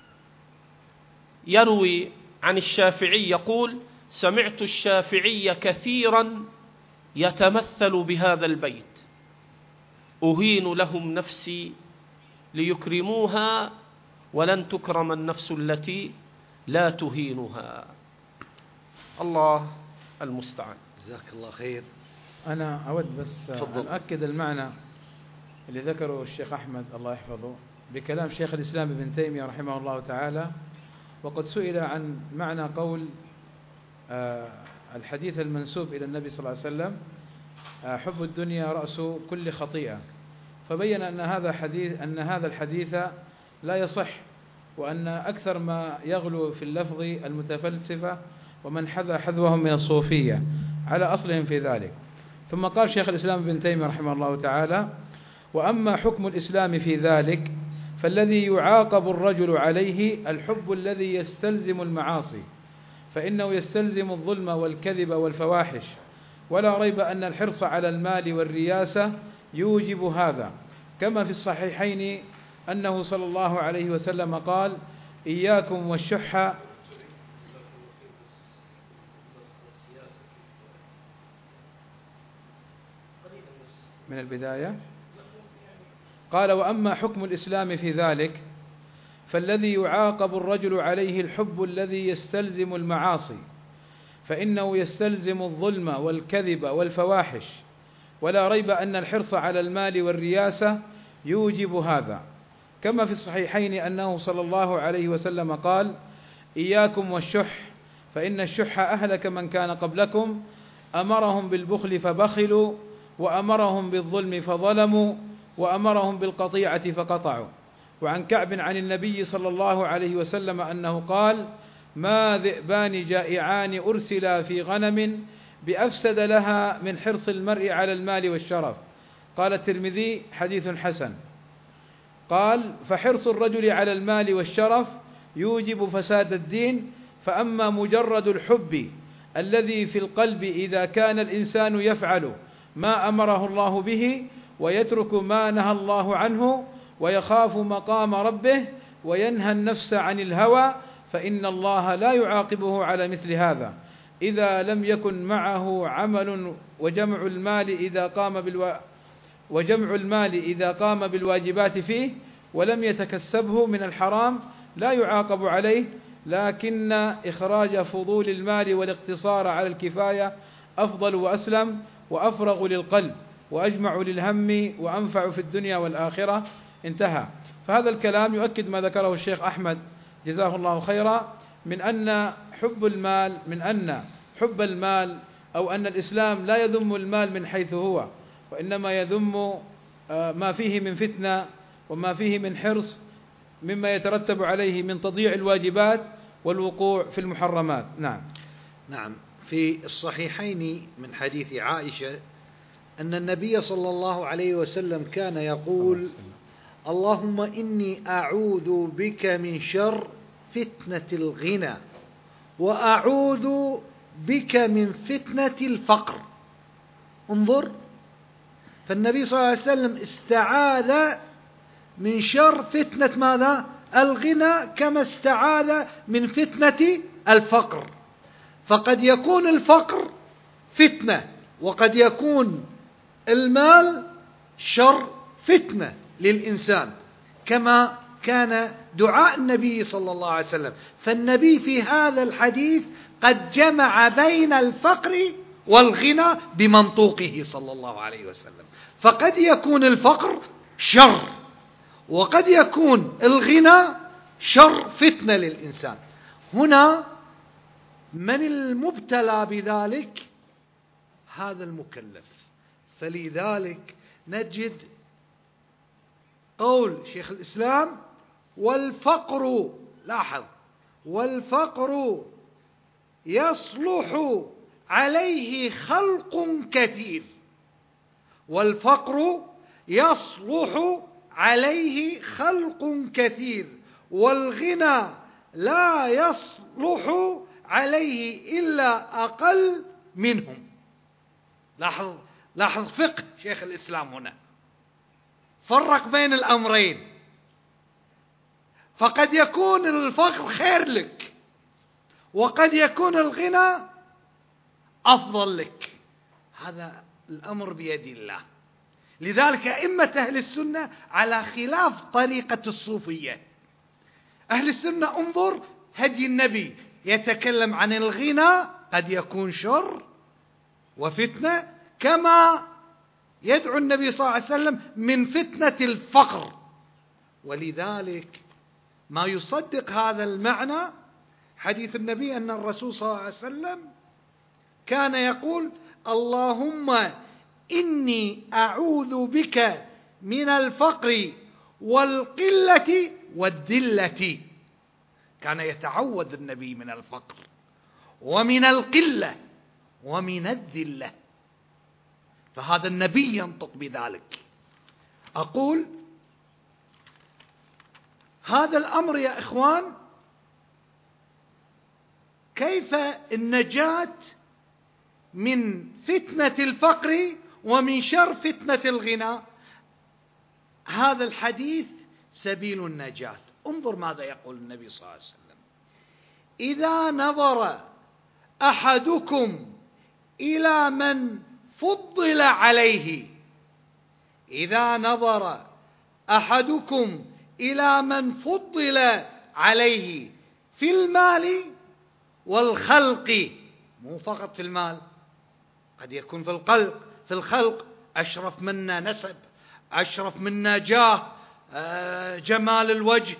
يروي عن الشافعي يقول: سمعت الشافعي كثيرا يتمثل بهذا البيت: أهين لهم نفسي ليكرموها ولن تكرم النفس التي لا تهينها. الله المستعان. جزاك الله خير. أنا أود بس أن أؤكد المعنى اللي ذكره الشيخ أحمد الله يحفظه بكلام شيخ الإسلام ابن تيمية رحمه الله تعالى. وقد سئل عن معنى قول الحديث المنسوب إلى النبي صلى الله عليه وسلم: حب الدنيا رأس كل خطيئة. فبين أن هذا الحديث لا يصح، وأن أكثر ما يغلو في اللفظ المتفلسفة ومن حذى حذوهم من الصوفية على أصلهم في ذلك. ثم قال شيخ الإسلام ابن تيمية رحمه الله تعالى: وأما حكم الإسلام في ذلك فالذي يعاقب الرجل عليه الحب الذي يستلزم المعاصي، فإنه يستلزم الظلم والكذب والفواحش، ولا ريب أن الحرص على المال والرياسة يوجب هذا، كما في الصحيحين أنه صلى الله عليه وسلم قال: إياكم والشح. من البداية قال: وأما حكم الإسلام في ذلك فالذي يعاقب الرجل عليه الحب الذي يستلزم المعاصي، فإنه يستلزم الظلم والكذب والفواحش، ولا ريب أن الحرص على المال والرياسة يوجب هذا، كما في الصحيحين أنه صلى الله عليه وسلم قال: إياكم والشح فإن الشح أهلك من كان قبلكم، أمرهم بالبخل فبخلوا، وأمرهم بالظلم فظلموا، وأمرهم بالقطيعة فقطعوا. وعن كعب عن النبي صلى الله عليه وسلم أنه قال: ما ذئبان جائعان أرسلا في غنم بأفسد لها من حرص المرء على المال والشرف. قال الترمذي: حديث حسن. قال: فحرص الرجل على المال والشرف يوجب فساد الدين، فأما مجرد الحب الذي في القلب إذا كان الإنسان يفعل ما أمره الله به ويترك ما نهى الله عنه ويخاف مقام ربه وينهى النفس عن الهوى، فإن الله لا يعاقبه على مثل هذا إذا لم يكن معه عمل، وجمع المال إذا قام بالواجبات فيه ولم يتكسبه من الحرام لا يعاقب عليه، لكن إخراج فضول المال والاقتصار على الكفاية أفضل وأسلم وأفرغ للقلب وأجمع للهم وأنفع في الدنيا والآخرة. انتهى. فهذا الكلام يؤكد ما ذكره الشيخ أحمد جزاه الله خيرا من أن حب المال أو أن الإسلام لا يذم المال من حيث هو، وإنما يذم ما فيه من فتنة وما فيه من حرص مما يترتب عليه من تضييع الواجبات والوقوع في المحرمات. نعم. في الصحيحين من حديث عائشة أن النبي صلى الله عليه وسلم كان يقول: اللهم إني أعوذ بك من شر فتنة الغنى، وأعوذ بك من فتنة الفقر. انظر، فالنبي صلى الله عليه وسلم استعاذ من شر فتنة ماذا؟ الغنى، كما استعاذ من فتنة الفقر. فقد يكون الفقر فتنة، وقد يكون المال شر فتنة للإنسان، كما كان دعاء النبي صلى الله عليه وسلم. فالنبي في هذا الحديث قد جمع بين الفقر والغنى بمنطوقه صلى الله عليه وسلم. فقد يكون الفقر شر، وقد يكون الغنى شر فتنة للإنسان. هنا من المبتلى بذلك؟ هذا المكلف. فلذلك نجد قول شيخ الإسلام: والفقر، لاحظ، والفقر يصلح عليه خلق كثير، والفقر يصلح عليه خلق كثير، والغنى لا يصلح عليه إلا أقل منهم. لاحظ فقه شيخ الإسلام هنا، فرق بين الأمرين. فقد يكون الفقر خير لك، وقد يكون الغنى أفضل لك. هذا الأمر بيد الله. لذلك أئمة أهل السنة على خلاف طريقة الصوفية. أهل السنة انظر هدي النبي، يتكلم عن الغنى قد يكون شر وفتنة، كما يدعو النبي صلى الله عليه وسلم من فتنة الفقر. ولذلك ما يصدق هذا المعنى حديث النبي أن الرسول صلى الله عليه وسلم كان يقول: اللهم إني أعوذ بك من الفقر والقلة والذلة. كان يتعوذ النبي من الفقر ومن القلة ومن الذلة، فهذا النبي ينطق بذلك. أقول هذا الأمر يا إخوان، كيف النجاة من فتنة الفقر ومن شر فتنة الغنى؟ هذا الحديث سبيل النجاة. انظر ماذا يقول النبي صلى الله عليه وسلم: إذا نظر أحدكم إلى من فضل عليه، إذا نظر أحدكم إلى من فضل عليه في المال والخلق، مو فقط في المال، قد يكون في الخلق أشرف منا نسب، أشرف منا جاه، جمال الوجه،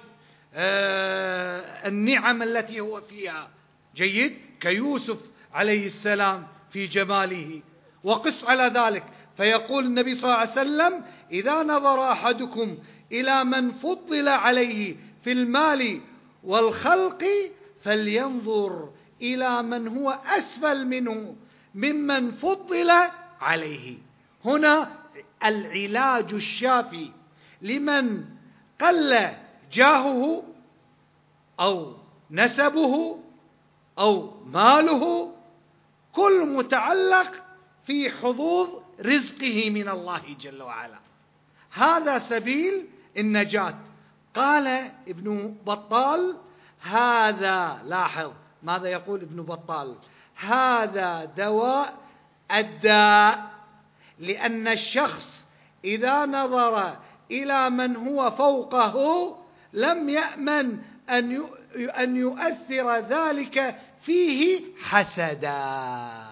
النعم التي هو فيها جيد، كيوسف عليه السلام في جماله، وقس على ذلك. فيقول النبي صلى الله عليه وسلم: إذا نظر أحدكم إلى من فضل عليه في المال والخلق فلينظر إلى من هو أسفل منه ممن فضل عليه. هنا العلاج الشافي لمن قل جاهه أو نسبه أو ماله، كل متعلق في حظوظ رزقه من الله جل وعلا. هذا سبيل النجاة. قال ابن بطال هذا، لاحظ ماذا يقول ابن بطال: هذا دواء الداء، لأن الشخص إذا نظر إلى من هو فوقه لم يأمن أن يؤثر ذلك فيه حسدا.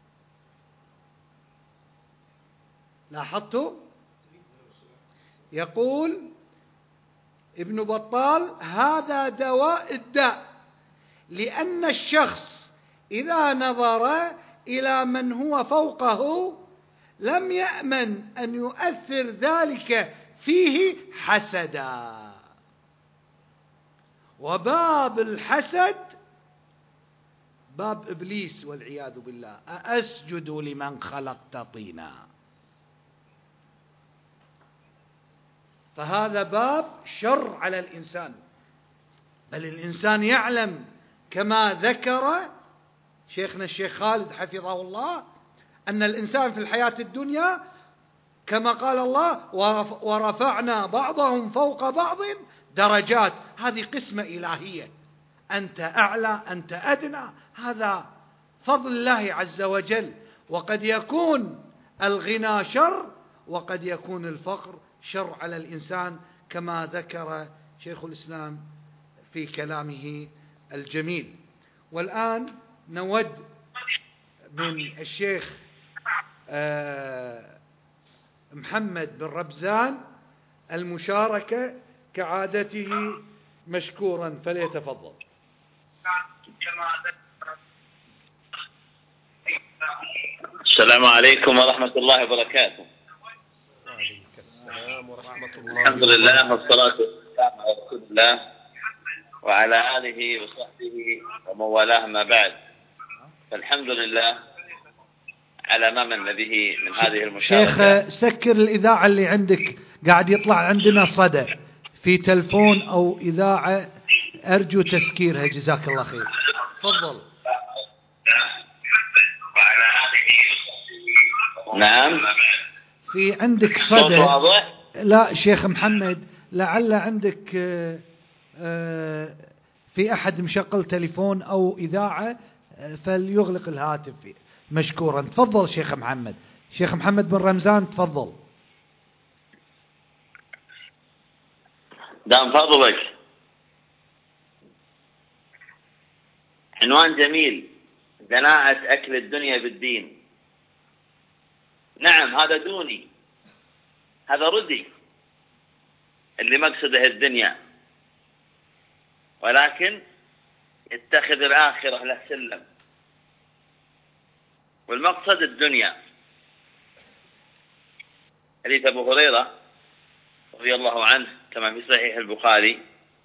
لاحظتوا؟ يقول ابن بطال هذا دواء الداء، لأن الشخص إذا نظر إلى من هو فوقه لم يأمن أن يؤثر ذلك فيه حسدا. وباب الحسد باب إبليس والعياذ بالله: أأسجد لمن خلقت طينا. فهذا باب شر على الإنسان، بل الإنسان يعلم كما ذكر شيخنا الشيخ خالد حفظه الله أن الإنسان في الحياة الدنيا كما قال الله: ورفعنا بعضهم فوق بعض درجات. هذه قسمة إلهية، أنت أعلى أنت أدنى، هذا فضل الله عز وجل. وقد يكون الغنى شر وقد يكون الفقر شر على الإنسان كما ذكر شيخ الإسلام في كلامه الجميل. والآن نود من الشيخ محمد بن ربزان المشاركة كعادته مشكورا، فليتفضل. السلام عليكم ورحمة الله وبركاته. وعليك السلام ورحمة الله. الحمد لله والصلاة والسلام على رسول الله وعلى آله وصحبه ومن والاه، ما بعد. فالحمد لله على ما من به من هذه المشاركة. شيخ سكر الإذاعة اللي عندك، قاعد يطلع عندنا صدى في تلفون أو إذاعة، أرجو تسكيرها جزاك الله خير. تفضل. نعم، في عندك صدى. لا شيخ محمد، لعل عندك في أحد مشغل تليفون أو إذاعة فليغلق الهاتف مشكورا. تفضل شيخ محمد. شيخ محمد بن رمزان تفضل. دام فضلك. عنوان جميل: دناءة أكل الدنيا بالدين. نعم، هذا دوني، هذا ردي اللي مقصده الدنيا، ولكن يتخذ الآخرة له سلم، والمقصد الدنيا. حديث أبو هريرة رضي الله عنه كما في صحيح البخاري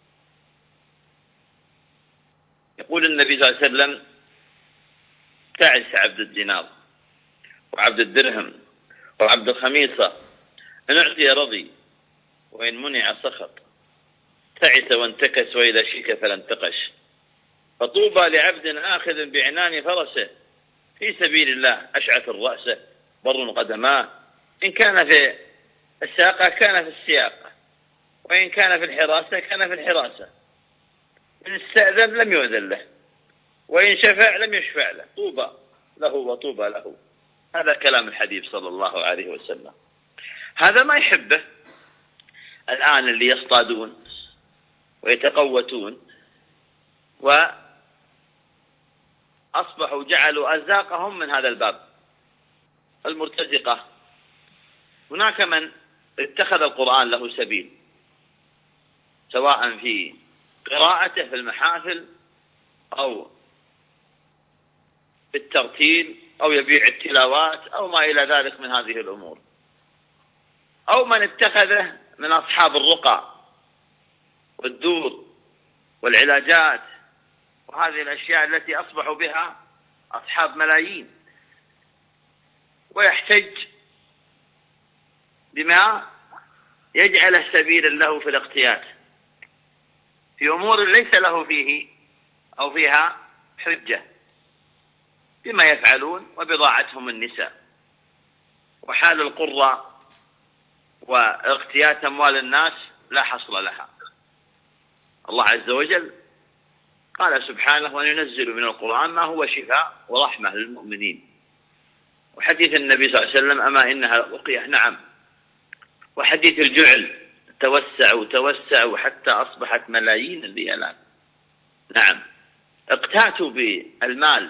يقول النبي صلى الله عليه وسلم: تعس عبد الدينار وعبد الدرهم وعبد الخميصة، إن أعطي رضي وإن منع سخط، تعس وانتكس وإذا شيك فلا انتقش. فطوبى لعبد آخذ بعنان فرسه في سبيل الله، أشعث الرأس بر قدماه، إن كان في الساقة كان في السياقة، وإن كان في الحراسة كان في الحراسة، إن استأذن لم يؤذن له، وإن شفع لم يشفع له، طوبى له وطوبى له. هذا كلام الحبيب صلى الله عليه وسلم. هذا ما يحبه الآن اللي يصطادون ويتقوتون وأصبحوا جعلوا أرزاقهم من هذا الباب، المرتزقة. هناك من اتخذ القرآن له سبيل، سواء في قراءته في المحافل أو بالترتيل أو يبيع التلاوات أو ما إلى ذلك من هذه الأمور، أو من اتخذه من أصحاب الرقى والدور والعلاجات وهذه الأشياء التي أصبحوا بها أصحاب ملايين، ويحتج بما يجعله سبيلا له في الاقتياد في أمور ليس له فيه أو فيها حجة، بما يفعلون وبضاعتهم النساء وحال القرى واغتيات أموال الناس لا حصر لها. الله عز وجل قال سبحانه: وننزل من القرآن ما هو شفاء ورحمة للمؤمنين. وحديث النبي صلى الله عليه وسلم: أما إنها رقية. نعم. وحديث الجعل: توسعوا حتى أصبحت ملايين الريالات. نعم. اقتاتوا بالمال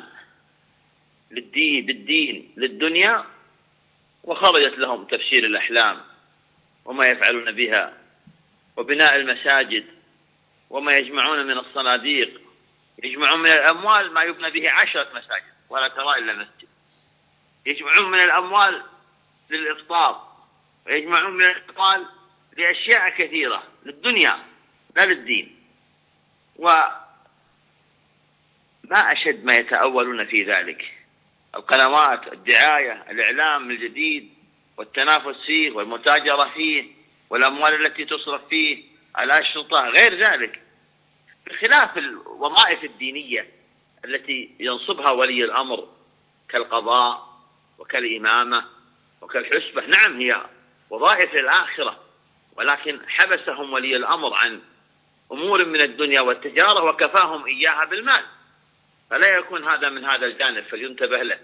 بالدين للدنيا، وخرجت لهم تفسير الأحلام وما يفعلون بها، وبناء المساجد، وما يجمعون من الصناديق، يجمعون من الأموال ما يبنى به 10 مساجد ولا ترى إلا مسجد، يجمعون من الأموال للإفطار، ويجمعون من الأموال لأشياء كثيرة للدنيا لا للدين. وما أشد ما يتأولون في ذلك، القنوات، الدعاية، الإعلام الجديد والتنافس فيه والمتاجرة فيه والأموال التي تصرف فيه، الأشرطة، غير ذلك، بخلاف الوظائف الدينية التي ينصبها ولي الأمر كالقضاء وكالإمامة وكالحسبة. نعم، هي وظائف الآخرة، ولكن حبسهم ولي الأمر عن أمور من الدنيا والتجارة وكفاهم إياها بالمال، فلا يكون هذا من هذا الجانب، فلينتبه له.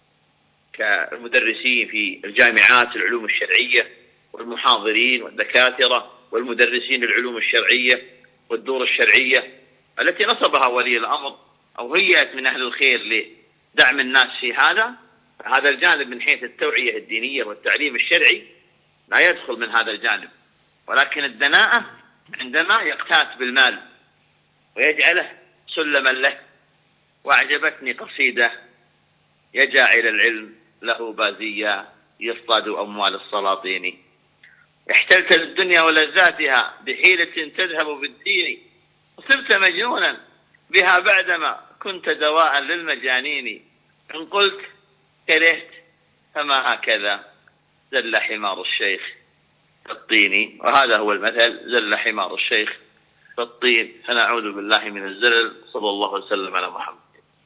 كالمدرسين في الجامعات العلوم الشرعية والمحاضرين والدكاترة والمدرسين العلوم الشرعية والدور الشرعية التي نصبها ولي الأمر أو هيئت من أهل الخير لدعم الناس في هذا الجانب من حيث التوعية الدينية والتعليم الشرعي لا يدخل من هذا الجانب. ولكن الدناءة عندما يقتات بالمال ويجعله سلما له. وأعجبتني قصيدة: يا جاعل العلم له بازيا يصطاد أموال السلاطين، احتلت للدنيا ولذاتها بحيلة تذهب بالدين، وصرت مجنونا بها بعدما كنت دواء للمجانين، إن قلت كرهت فما هكذا زل حمار الشيخ في الطين. وهذا هو المثل: زل حمار الشيخ في الطين. فنعوذ بالله من الزلل. صلى الله وسلم على محمد.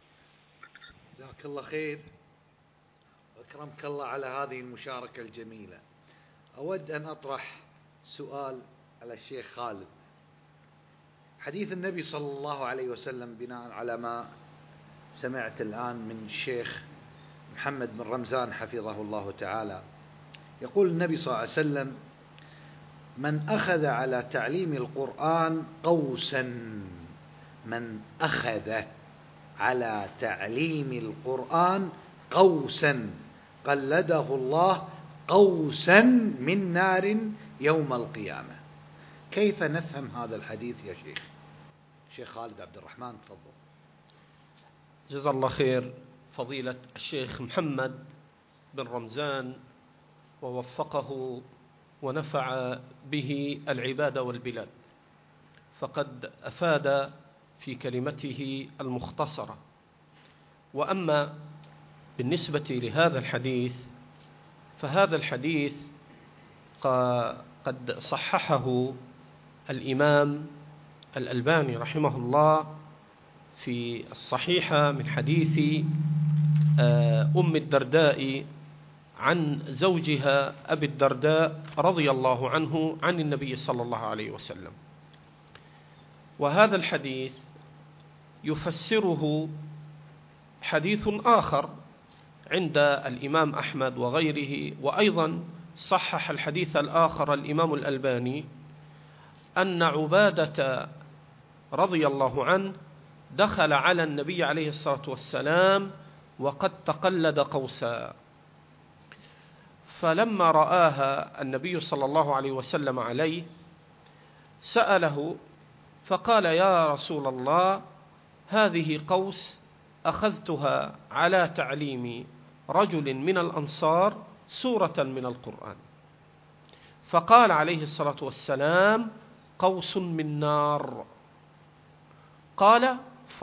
جزاك الله خير وأكرمك الله على هذه المشاركة الجميلة. أود أن أطرح سؤال على الشيخ خالد. حديث النبي صلى الله عليه وسلم بناء على ما سمعت الآن من الشيخ محمد بن رمزان حفظه الله تعالى، يقول النبي صلى الله عليه وسلم: من أخذ على تعليم القرآن قوسا، من أخذ على تعليم القرآن قوسا قلده الله قوسا من نار يوم القيامة. كيف نفهم هذا الحديث يا شيخ خالد عبد الرحمن؟ تفضل. جزا الله خير فضيلة الشيخ محمد بن رمزان ووفقه ونفع به العباد والبلاد، فقد أفاد في كلمته المختصرة. وأما بالنسبة لهذا الحديث، فهذا الحديث قد صححه الإمام الألباني رحمه الله في الصحيحة من حديث أم الدرداء عن زوجها أبي الدرداء رضي الله عنه عن النبي صلى الله عليه وسلم. وهذا الحديث يفسره حديث آخر عند الإمام أحمد وغيره، وأيضا صحح الحديث الآخر الإمام الألباني، أن عبادة رضي الله عنه دخل على النبي عليه الصلاة والسلام وقد تقلد قوسا، فلما رآها النبي صلى الله عليه وسلم عليه سأله فقال: يا رسول الله، هذه قوس أخذتها على تعليم رجل من الأنصار سورة من القرآن. فقال عليه الصلاة والسلام: قوس من نار. قال: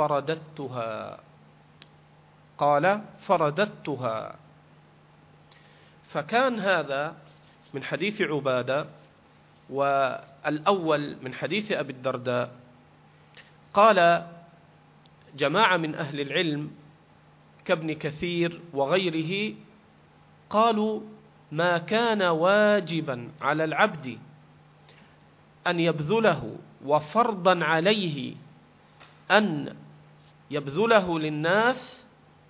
فرددتها. فكان هذا من حديث عبادة، والأول من حديث أبي الدرداء. قال جماعة من أهل العلم كابن كثير وغيره قالوا: ما كان واجبا على العبد أن يبذله وفرضا عليه أن يبذله للناس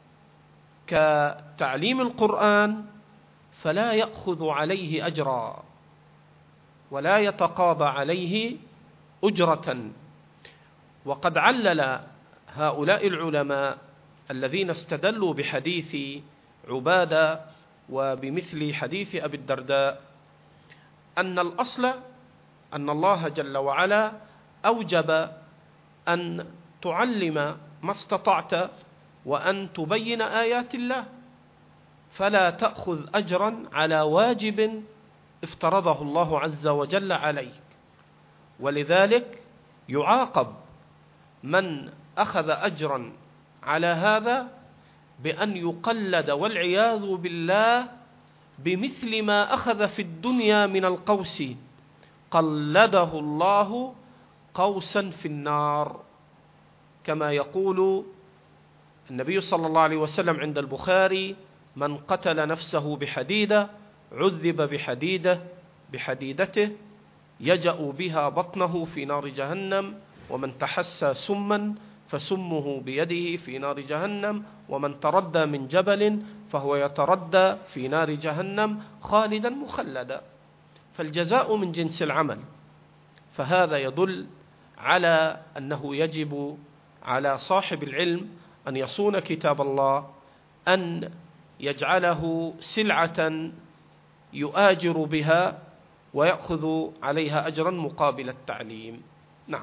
كتعليم القرآن فلا يأخذ عليه أجرا ولا يتقاضى عليه أجرة. وقد علل هؤلاء العلماء الذين استدلوا بحديث عبادة وبمثل حديث أبي الدرداء أن الأصل أن الله جل وعلا أوجب أن تعلم ما استطعت وأن تبين آيات الله، فلا تأخذ أجرا على واجب افترضه الله عز وجل عليك. ولذلك يعاقب من أخذ أجرا على هذا بأن يقلد والعياذ بالله بمثل ما أخذ في الدنيا من القوس، قلده الله قوسا في النار، كما يقول النبي صلى الله عليه وسلم عند البخاري: من قتل نفسه بحديدة عذب بحديدته يجأ بها بطنه في نار جهنم، ومن تحسى سما فسمه بيده في نار جهنم، ومن تردى من جبل فهو يتردى في نار جهنم خالدا مخلدا. فالجزاء من جنس العمل. فهذا يدل على أنه يجب على صاحب العلم أن يصون كتاب الله، أن يجعله سلعة يؤاجر بها ويأخذ عليها أجرا مقابل التعليم. نعم.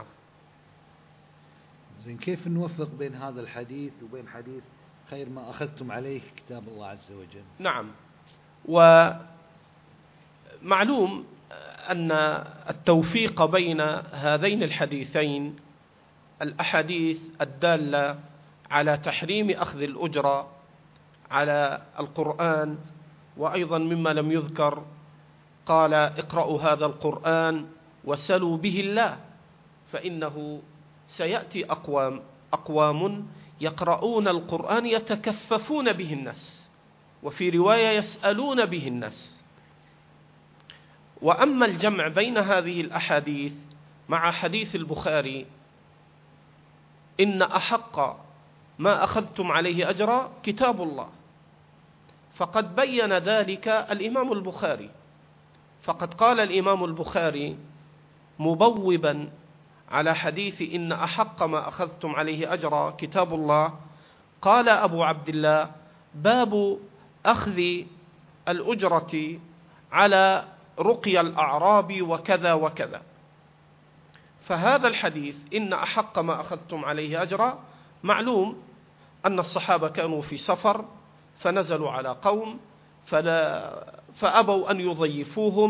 زين، كيف نوفق بين هذا الحديث وبين حديث خير ما أخذتم عليه كتاب الله عز وجل؟ نعم، ومعلوم أن التوفيق بين هذين الحديثين، الأحاديث الدالة على تحريم أخذ الأجرة على القرآن، وأيضا مما لم يذكر قال: اقرأوا هذا القرآن وسلوا به الله، فإنه سيأتي أقوام يقرؤون القرآن يتكففون به الناس، وفي رواية يسألون به الناس. وأما الجمع بين هذه الأحاديث مع حديث البخاري: إن أحق ما أخذتم عليه أجرا كتاب الله، فقد بين ذلك الإمام البخاري، فقد قال الإمام البخاري مبوبا على حديث إن أحق ما أخذتم عليه أجرا كتاب الله، قال أبو عبد الله: باب أخذ الأجرة على رقي الأعراب وكذا وكذا. فهذا الحديث إن أحق ما أخذتم عليه أجرا، معلوم أن الصحابة كانوا في سفر فنزلوا على قوم فأبوا أن يضيفوهم،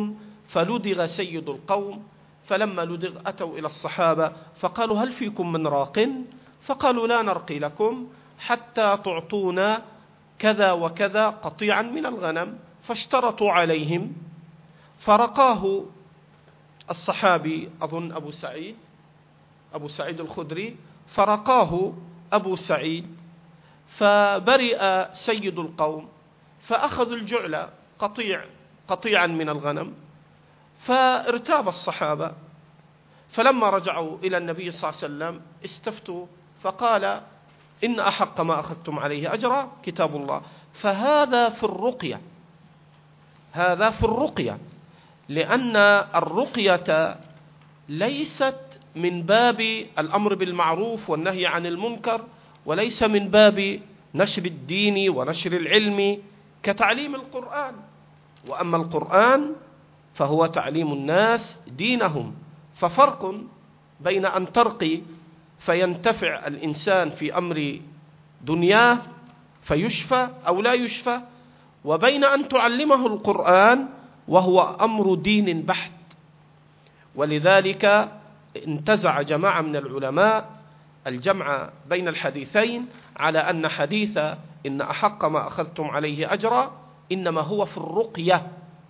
فلدغ سيد القوم. فلما لدغ أتوا إلى الصحابة فقالوا: هل فيكم من راق؟ فقالوا: لا نرقي لكم حتى تعطونا كذا وكذا قطيعا من الغنم. فاشترطوا عليهم، فرقاه الصحابي أظن أبو سعيد الخدري، فرقاه أبو سعيد، فبرئ سيد القوم، فأخذوا الجعل قطيعا من الغنم. فارتاب الصحابة، فلما رجعوا إلى النبي صلى الله عليه وسلم استفتوا، فقال: إن أحق ما أخذتم عليه أجرا كتاب الله. فهذا في الرقية، هذا في الرقية، لأن الرقية ليست من باب الأمر بالمعروف والنهي عن المنكر، وليس من باب نشر الدين ونشر العلم كتعليم القرآن. وأما القرآن فهو تعليم الناس دينهم. ففرق بين أن ترقي فينتفع الإنسان في أمر دنياه فيشفى أو لا يشفى، وبين أن تعلمه القرآن وهو أمر دين بحت. ولذلك انتزع جماعة من العلماء الجمع بين الحديثين على أن حديث إن أحق ما أخذتم عليه أجرا إنما هو في الرقية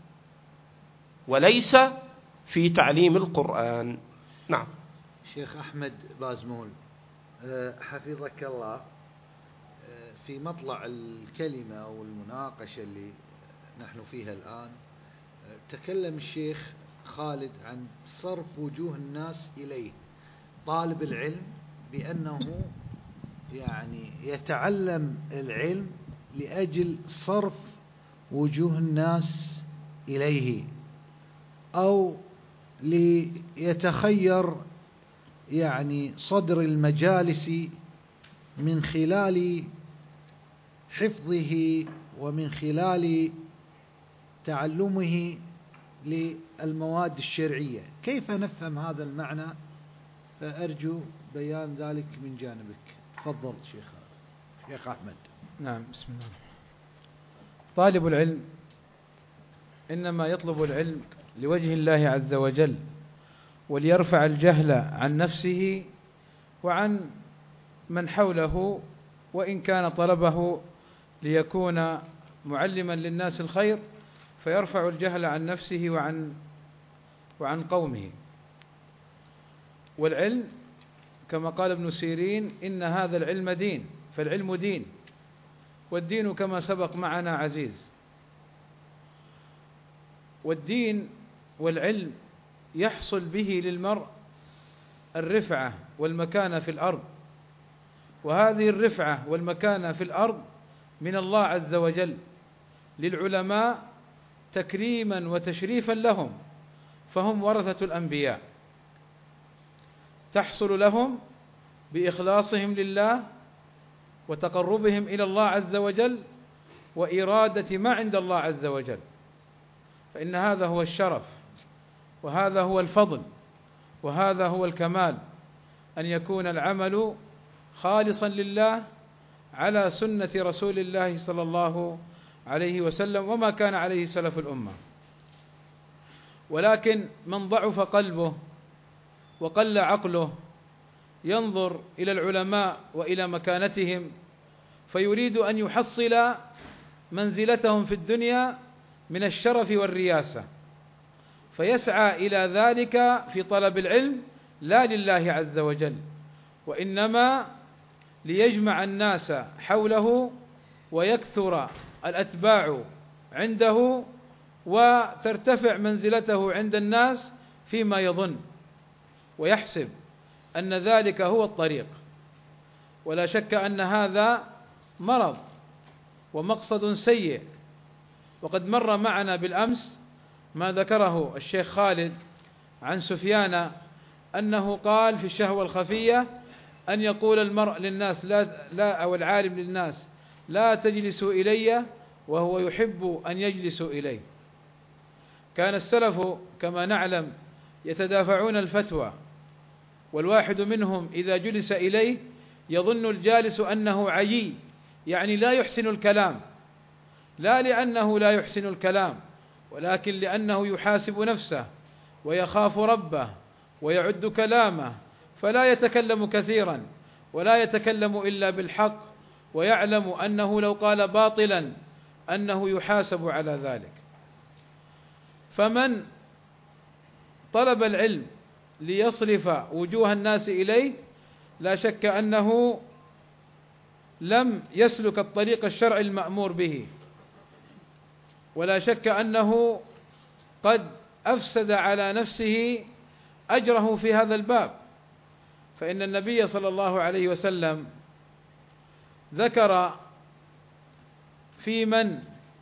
وليس في تعليم القرآن. نعم. شيخ أحمد بازمول حفظك الله، في مطلع الكلمة أو المناقشة اللي نحن فيها الآن تكلم الشيخ خالد عن صرف وجوه الناس إليه، طالب العلم بأنه يعني يتعلم العلم لأجل صرف وجوه الناس إليه، أو ليتخير يعني صدر المجالس من خلال حفظه ومن خلال تعلمه للمواد الشرعية. كيف نفهم هذا المعنى؟ فأرجو بيان ذلك من جانبك. تفضل شيخ أحمد. نعم. بسم الله. طالب العلم إنما يطلب العلم لوجه الله عز وجل، وليرفع الجهل عن نفسه وعن من حوله، وإن كان طلبه ليكون معلما للناس الخير فيرفع الجهل عن نفسه وعن قومه. والعلم كما قال ابن سيرين: إن هذا العلم دين، فالعلم دين، والدين كما سبق معنا عزيز. والدين والعلم يحصل به للمرء الرفعة والمكانة في الأرض، وهذه الرفعة والمكانة في الأرض من الله عز وجل للعلماء تكريما وتشريفا لهم، فهم ورثة الأنبياء، تحصل لهم بإخلاصهم لله وتقربهم إلى الله عز وجل وإرادة ما عند الله عز وجل. فإن هذا هو الشرف، وهذا هو الفضل، وهذا هو الكمال، أن يكون العمل خالصا لله على سنة رسول الله صلى الله عليه وسلم وما كان عليه سلف الأمة. ولكن من ضعف قلبه وقل عقله ينظر إلى العلماء وإلى مكانتهم فيريد أن يحصل منزلتهم في الدنيا من الشرف والرياسة، فيسعى إلى ذلك في طلب العلم لا لله عز وجل، وإنما ليجمع الناس حوله ويكثر الأتباع عنده وترتفع منزلته عند الناس فيما يظن ويحسب أن ذلك هو الطريق. ولا شك أن هذا مرض ومقصد سيء. وقد مر معنا بالأمس ما ذكره الشيخ خالد عن سفيان أنه قال في الشهوة الخفية أن يقول المرء للناس لا أو العالم للناس لا تجلسوا إلي وهو يحب أن يجلسوا إليه. كان السلف كما نعلم يتدافعون الفتوى، والواحد منهم إذا جلس إليه يظن الجالس أنه عيي، يعني لا يحسن الكلام، لا لأنه لا يحسن الكلام ولكن لأنه يحاسب نفسه ويخاف ربه ويعد كلامه فلا يتكلم كثيرا ولا يتكلم إلا بالحق، ويعلم أنه لو قال باطلا أنه يحاسب على ذلك. فمن طلب العلم ليصرف وجوه الناس إليه لا شك أنه لم يسلك الطريق الشرعي المأمور به، ولا شك أنه قد أفسد على نفسه أجره في هذا الباب. فإن النبي صلى الله عليه وسلم ذكر في من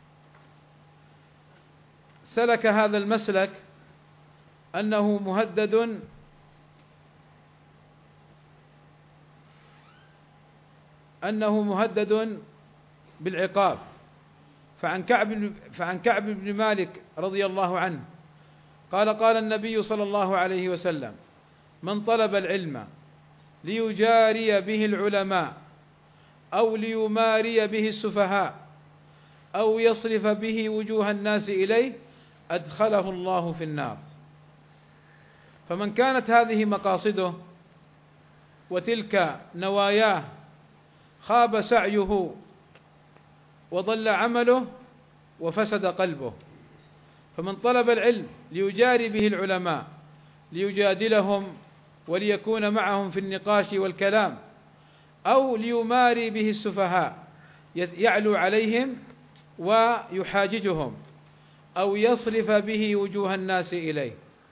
سلك هذا المسلك أنه مهدد بالعقاب. فعن كعب بن مالك رضي الله عنه قال النبي صلى الله عليه وسلم: من طلب العلم ليجاري به العلماء أو ليماري به السفهاء أو يصرف به وجوه الناس إليه أدخله الله في النار. فمن كانت هذه مقاصده وتلك نواياه خاب سعيه وضل عمله وفسد قلبه. فمن طلب العلم ليجاري به العلماء ليجادلهم وليكون معهم في النقاش والكلام، أو ليماري به السفهاء يعلو عليهم ويحاججهم، أو يصرف به وجوه الناس إليه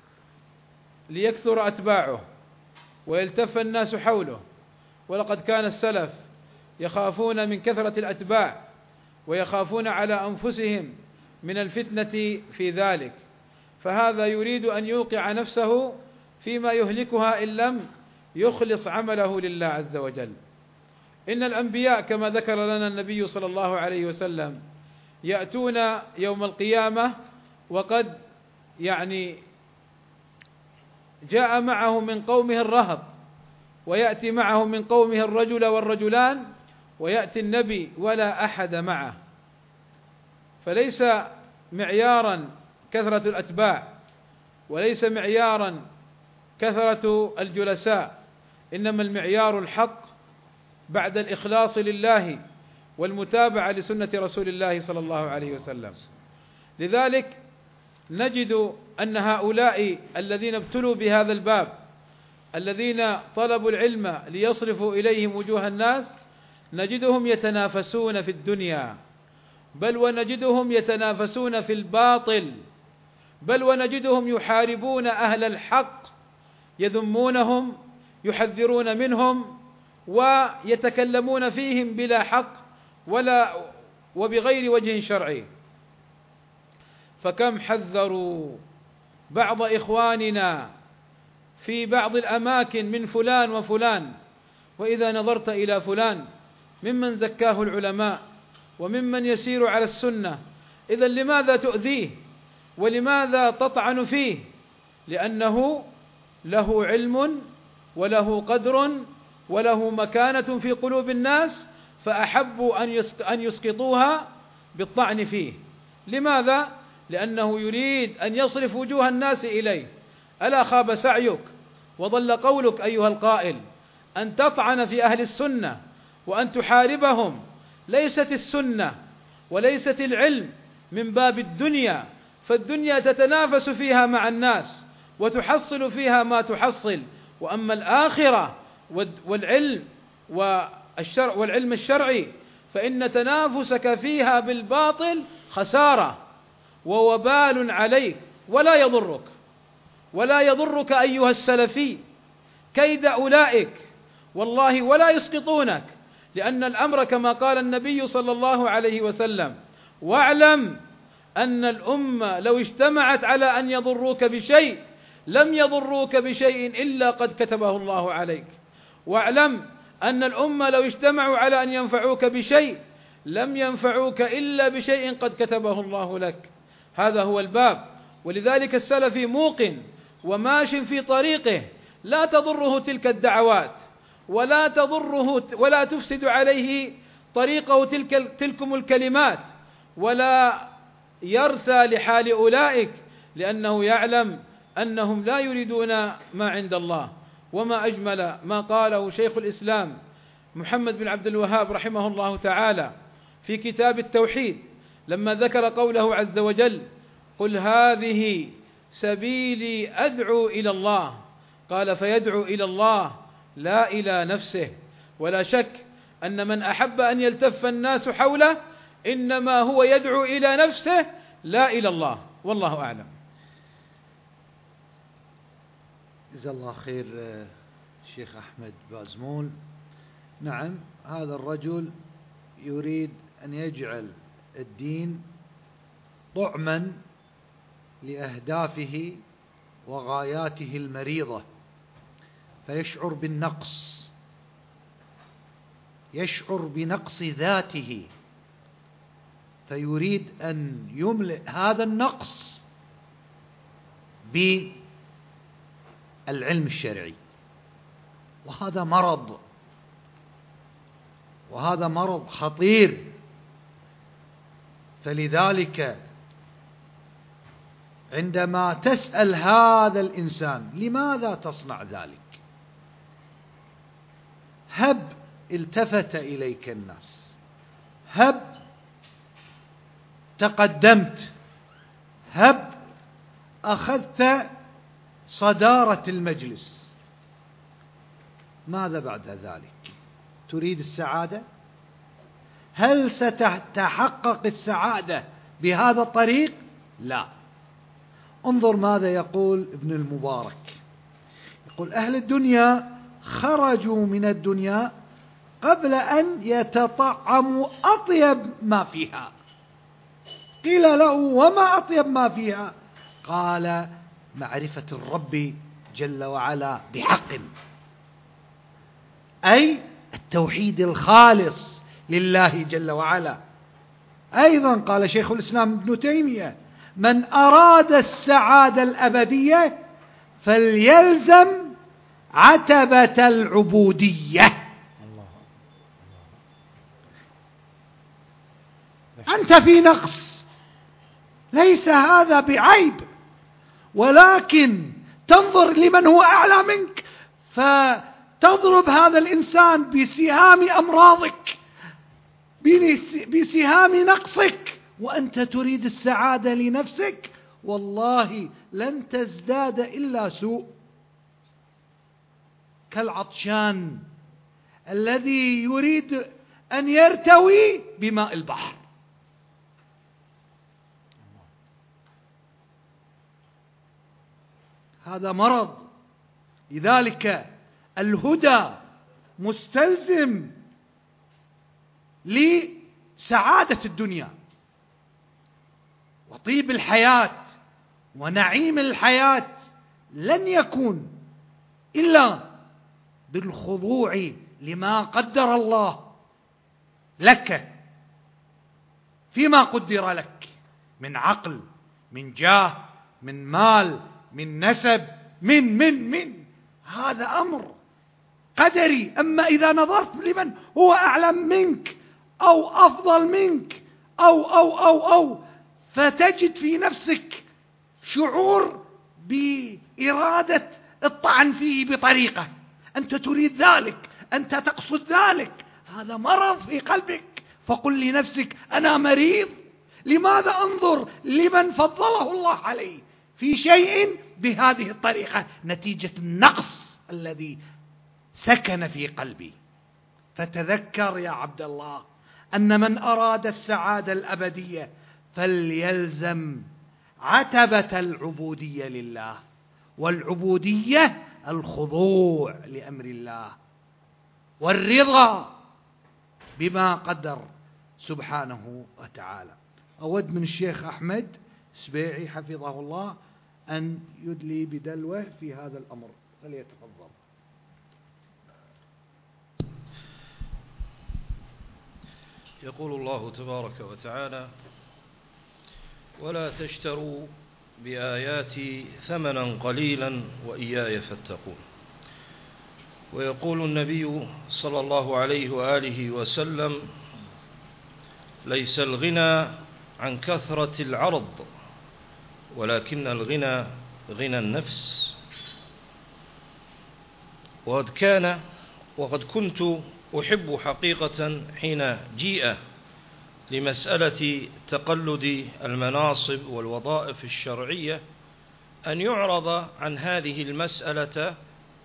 ليكثر أتباعه ويلتف الناس حوله. ولقد كان السلف يخافون من كثرة الأتباع ويخافون على أنفسهم من الفتنة في ذلك، فهذا يريد أن يوقع نفسه فيما يهلكها إن لم يخلص عمله لله عز وجل. إن الأنبياء كما ذكر لنا النبي صلى الله عليه وسلم يأتون يوم القيامة وقد جاء معه من قومه الرهط، ويأتي معه من قومه الرجل والرجلان، ويأتي النبي ولا أحد معه. فليس معيارا كثرة الأتباع، وليس معيارا كثرة الجلساء، إنما المعيار الحق بعد الإخلاص لله والمتابعة لسنة رسول الله صلى الله عليه وسلم. لذلك نجد أن هؤلاء الذين ابتلوا بهذا الباب، الذين طلبوا العلم ليصرفوا إليهم وجوه الناس، نجدهم يتنافسون في الدنيا، بل ونجدهم يتنافسون في الباطل، بل ونجدهم يحاربون أهل الحق، يذمونهم، يحذرون منهم، ويتكلمون فيهم بلا حق وبغير وجه شرعي. فكم حذروا بعض إخواننا في بعض الأماكن من فلان وفلان، وإذا نظرت إلى فلان ممن زكاه العلماء وممن يسير على السنة، إذا لماذا تؤذيه ولماذا تطعن فيه؟ لأنه له علم وله قدر وله مكانة في قلوب الناس، فأحبوا أن يسقطوها بالطعن فيه. لماذا؟ لأنه يريد أن يصرف وجوه الناس إليه. ألا خاب سعيك وضل قولك أيها القائل أن تطعن في أهل السنة وأن تحاربهم. ليست السنة وليست العلم من باب الدنيا، فالدنيا تتنافس فيها مع الناس وتحصل فيها ما تحصل، وأما الآخرة والعلم والعلم الشرعي فإن تنافسك فيها بالباطل خسارة ووبال عليك، ولا يضرك أيها السلفي كيد أولئك والله ولا يسقطونك، لأن الأمر كما قال النبي صلى الله عليه وسلم: واعلم أن الأمة لو اجتمعت على أن يضروك بشيء لم يضروك بشيء إلا قد كتبه الله عليك، واعلم أن الأمة لو اجتمعوا على أن ينفعوك بشيء لم ينفعوك إلا بشيء قد كتبه الله لك. هذا هو الباب. ولذلك السلفي موقن وماش في طريقه، لا تضره تلك الدعوات ولا تضره ولا تفسد عليه طريقه تلكم الكلمات، ولا يرثى لحال أولئك، لأنه يعلم أنهم لا يريدون ما عند الله. وما أجمل ما قاله شيخ الإسلام محمد بن عبد الوهاب رحمه الله تعالى في كتاب التوحيد لما ذكر قوله عز وجل: قل هذه سبيلي أدعو إلى الله. قال: فيدعو إلى الله لا إلى نفسه. ولا شك أن من أحب أن يلتف الناس حوله إنما هو يدعو إلى نفسه لا إلى الله، والله أعلم. جزا الله خير الشيخ أحمد بازمول. نعم، هذا الرجل يريد أن يجعل الدين طعما لأهدافه وغاياته المريضة، فيشعر بالنقص، يشعر بنقص ذاته، فيريد أن يملئ هذا النقص بالعلم الشرعي، وهذا مرض، وهذا مرض خطير. فلذلك عندما تسأل هذا الإنسان لماذا تصنع ذلك، هب التفت إليك الناس، هب تقدمت، هب أخذت صدارة المجلس، ماذا بعد ذلك؟ تريد السعادة؟ هل ستتحقق السعادة بهذا الطريق؟ لا. انظر ماذا يقول ابن المبارك، يقول: أهل الدنيا خرجوا من الدنيا قبل أن يتطعموا أطيب ما فيها. قيل له: وما أطيب ما فيها؟ قال: معرفة الرب جل وعلا بحق، أي التوحيد الخالص لله جل وعلا. أيضا قال شيخ الإسلام ابن تيمية: من أراد السعادة الأبدية فليلزم عتبة العبودية. أنت في نقص، ليس هذا بعيب، ولكن تنظر لمن هو أعلى منك فتضرب هذا الإنسان بسهام أمراضك، بسهام نقصك، وأنت تريد السعادة لنفسك. والله لن تزداد إلا سوء، كالعطشان الذي يريد أن يرتوي بماء البحر. هذا مرض. لذلك الهدى مستلزم لسعادة الدنيا وطيب الحياة ونعيم الحياة، لن يكون إلا بالخضوع لما قدر الله لك فيما قدر لك من عقل، من جاه، من مال، من نسب، من هذا أمر قدري. أما إذا نظرت لمن هو أعلم منك أو أفضل منك أو فتجد في نفسك شعور بإرادة الطعن فيه بطريقة، أنت تريد ذلك، أنت تقصد ذلك، هذا مرض في قلبك. فقل لنفسك: أنا مريض، لماذا أنظر لمن فضله الله عليه في شيء بهذه الطريقة؟ نتيجة النقص الذي سكن في قلبي. فتذكر يا عبد الله أن من أراد السعادة الأبدية فليلزم عتبة العبودية لله، والعبودية الخضوع لأمر الله والرضا بما قدر سبحانه وتعالى. أود من الشيخ أحمد سبيعي حفظه الله أن يدلي بدلوه في هذا الأمر، فليتفضل. يقول الله تبارك وتعالى: ولا تشتروا بآياتي ثمنا قليلا وإياي فاتقون. ويقول النبي صلى الله عليه وآله وسلم: ليس الغنى عن كثرة العرض، ولكن الغنى غنى النفس. وقد كنت أحب حقيقة حين جيء لمسألة تقلد المناصب والوظائف الشرعية أن يعرض عن هذه المسألة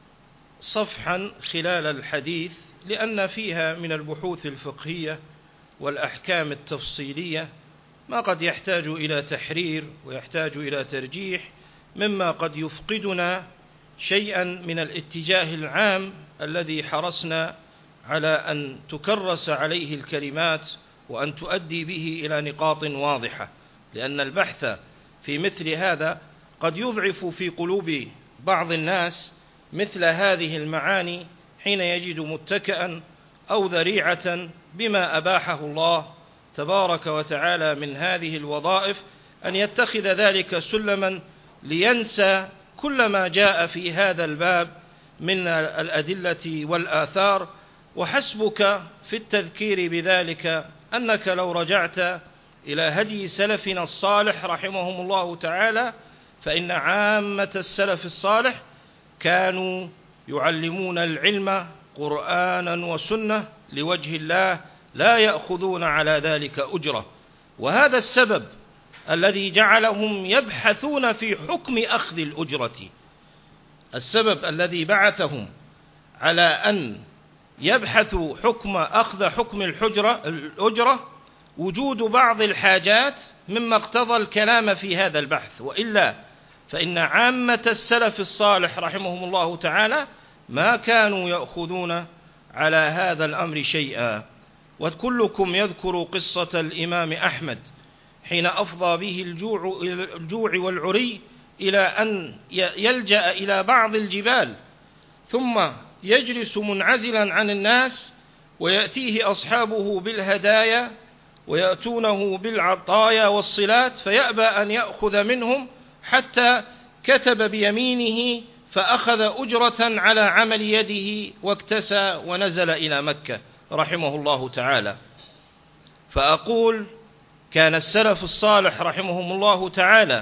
صفحا خلال الحديث، لأن فيها من البحوث الفقهية والأحكام التفصيلية ما قد يحتاج إلى تحرير ويحتاج إلى ترجيح، مما قد يفقدنا شيئا من الاتجاه العام الذي حرصنا على أن تكرس عليه الكلمات وأن تؤدي به إلى نقاط واضحة، لأن البحث في مثل هذا قد يضعف في قلوب بعض الناس مثل هذه المعاني حين يجد متكئا أو ذريعة بما أباحه الله تبارك وتعالى من هذه الوظائف، أن يتخذ ذلك سلما لينسى كل ما جاء في هذا الباب من الأدلة والآثار. وحسبك في التذكير بذلك أنك لو رجعت إلى هدي سلفنا الصالح رحمهم الله تعالى، فإن عامة السلف الصالح كانوا يعلمون العلم قرآنا وسنة لوجه الله، لا يأخذون على ذلك أجرة. وهذا السبب الذي جعلهم يبحثون في حكم أخذ الأجرة، السبب الذي بعثهم على أن يبحثوا أخذ حكم الأجرة وجود بعض الحاجات مما اقتضى الكلام في هذا البحث، وإلا فإن عامة السلف الصالح رحمهم الله تعالى ما كانوا يأخذون على هذا الأمر شيئا. وكلكم يذكر قصة الإمام أحمد حين أفضى به الجوع والعري إلى أن يلجأ إلى بعض الجبال، ثم يجلس منعزلا عن الناس، ويأتيه أصحابه بالهدايا ويأتونه بالعطايا والصلات، فيأبى أن يأخذ منهم حتى كتب بيمينه فأخذ أجرة على عمل يده واكتسى ونزل إلى مكة رحمه الله تعالى. فأقول كان السلف الصالح رحمهم الله تعالى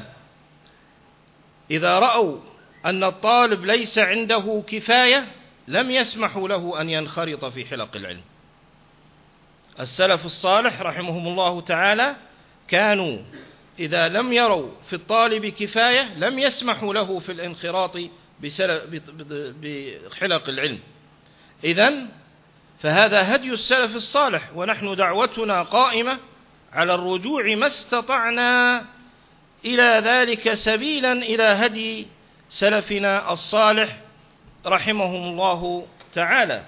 إذا رأوا أن الطالب ليس عنده كفاية لم يسمحوا له أن ينخرط في حلق العلم. السلف الصالح رحمهم الله تعالى كانوا إذا لم يروا في الطالب كفاية لم يسمحوا له في الانخراط بحلق العلم. إذن فهذا هدي السلف الصالح، ونحن دعوتنا قائمة على الرجوع ما استطعنا إلى ذلك سبيلا إلى هدي سلفنا الصالح رحمهم الله تعالى.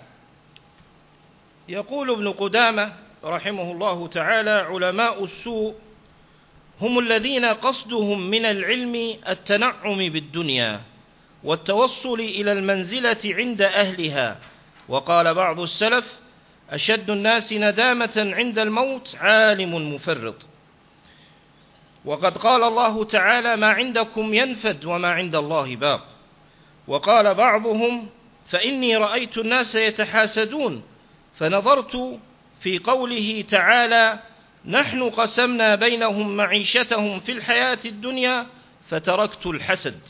يقول ابن قدامة رحمه الله تعالى: علماء السوء هم الذين قصدهم من العلم التنعم بالدنيا والتوصل إلى المنزلة عند أهلها. وقال بعض السلف: أشد الناس ندامة عند الموت عالم مفرط. وقد قال الله تعالى: ما عندكم ينفد وما عند الله باق. وقال بعضهم: فإني رأيت الناس يتحاسدون فنظرت في قوله تعالى: نحن قسمنا بينهم معيشتهم في الحياة الدنيا فتركت الحسد.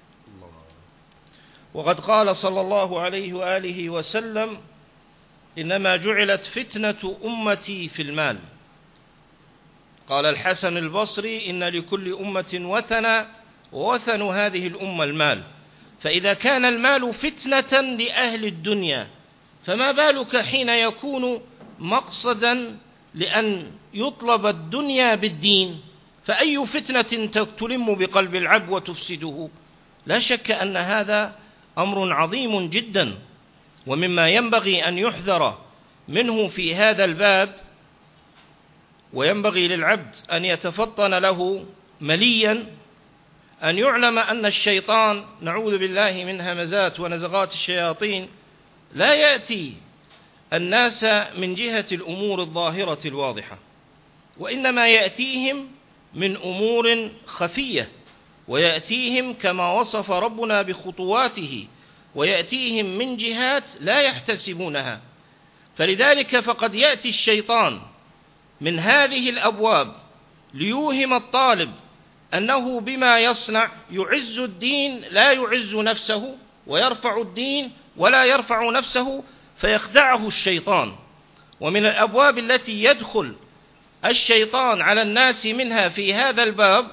وقد قال صلى الله عليه وآله وسلم: إنما جعلت فتنة أمتي في المال. قال الحسن البصري: إن لكل أمة وثنا ووثن هذه الأمة المال، فإذا كان المال فتنة لأهل الدنيا فما بالك حين يكون مقصدا لأن يطلب الدنيا بالدين؟ فأي فتنة تلم بقلب العبد وتفسده؟ لا شك أن هذا أمر عظيم جدا، ومما ينبغي أن يحذر منه في هذا الباب، وينبغي للعبد أن يتفطن له مليا، أن يعلم أن الشيطان نعوذ بالله من همزات ونزغات الشياطين لا يأتي الناس من جهة الأمور الظاهرة الواضحة، وإنما يأتيهم من أمور خفية، ويأتيهم كما وصف ربنا بخطواته، ويأتيهم من جهات لا يحتسبونها. فلذلك فقد يأتي الشيطان من هذه الأبواب ليوهم الطالب أنه بما يصنع يعز الدين لا يعز نفسه، ويرفع الدين ولا يرفع نفسه، فيخدعه الشيطان. ومن الأبواب التي يدخل الشيطان على الناس منها في هذا الباب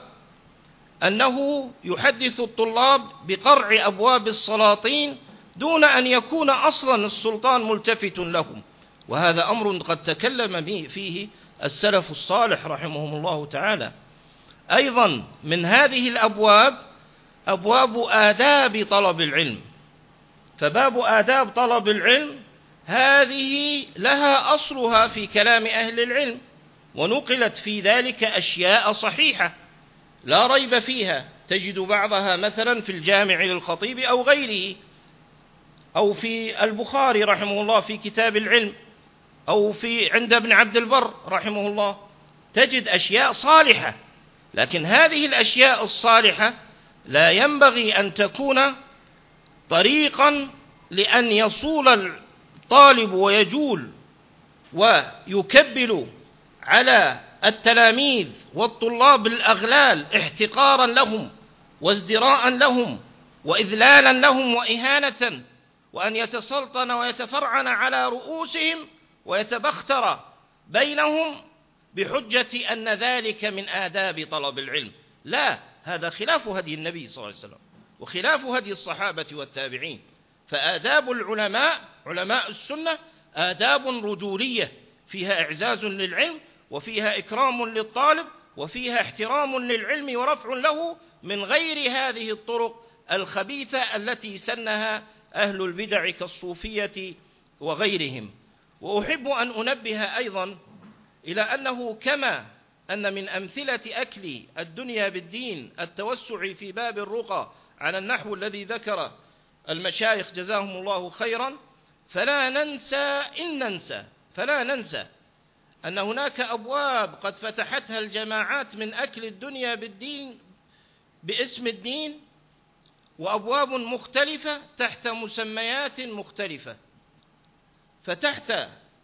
أنه يحدث الطلاب بقرع أبواب السلاطين دون أن يكون أصلا السلطان ملتفت لهم، وهذا أمر قد تكلم فيه السلف الصالح رحمهم الله تعالى. أيضا من هذه الأبواب أبواب آداب طلب العلم، فباب آداب طلب العلم هذه لها أصلها في كلام أهل العلم، ونقلت في ذلك أشياء صحيحة لا ريب فيها، تجد بعضها مثلا في الجامع للخطيب أو غيره، أو في البخاري رحمه الله في كتاب العلم، أو في عند ابن عبد البر رحمه الله، تجد أشياء صالحة. لكن هذه الأشياء الصالحة لا ينبغي أن تكون طريقا لأن يصول الطالب ويجول ويكبل على التلاميذ والطلاب الأغلال احتقارا لهم وازدراء لهم وإذلالا لهم وإهانة، وأن يتسلطن ويتفرعن على رؤوسهم ويتبختر بينهم بحجة أن ذلك من آداب طلب العلم. لا، هذا خلاف هدي النبي صلى الله عليه وسلم وخلاف هدي الصحابة والتابعين. فآداب العلماء علماء السنة آداب رجولية فيها إعزاز للعلم، وفيها إكرام للطالب، وفيها احترام للعلم ورفع له، من غير هذه الطرق الخبيثة التي سنها أهل البدع كالصوفية وغيرهم. وأحب أن أنبه أيضا إلى أنه كما أن من أمثلة أكل الدنيا بالدين التوسع في باب الرقى على النحو الذي ذكر المشايخ جزاهم الله خيرا، فلا ننسى أن هناك أبواب قد فتحتها الجماعات من أكل الدنيا بالدين باسم الدين، وأبواب مختلفة تحت مسميات مختلفة. فتحت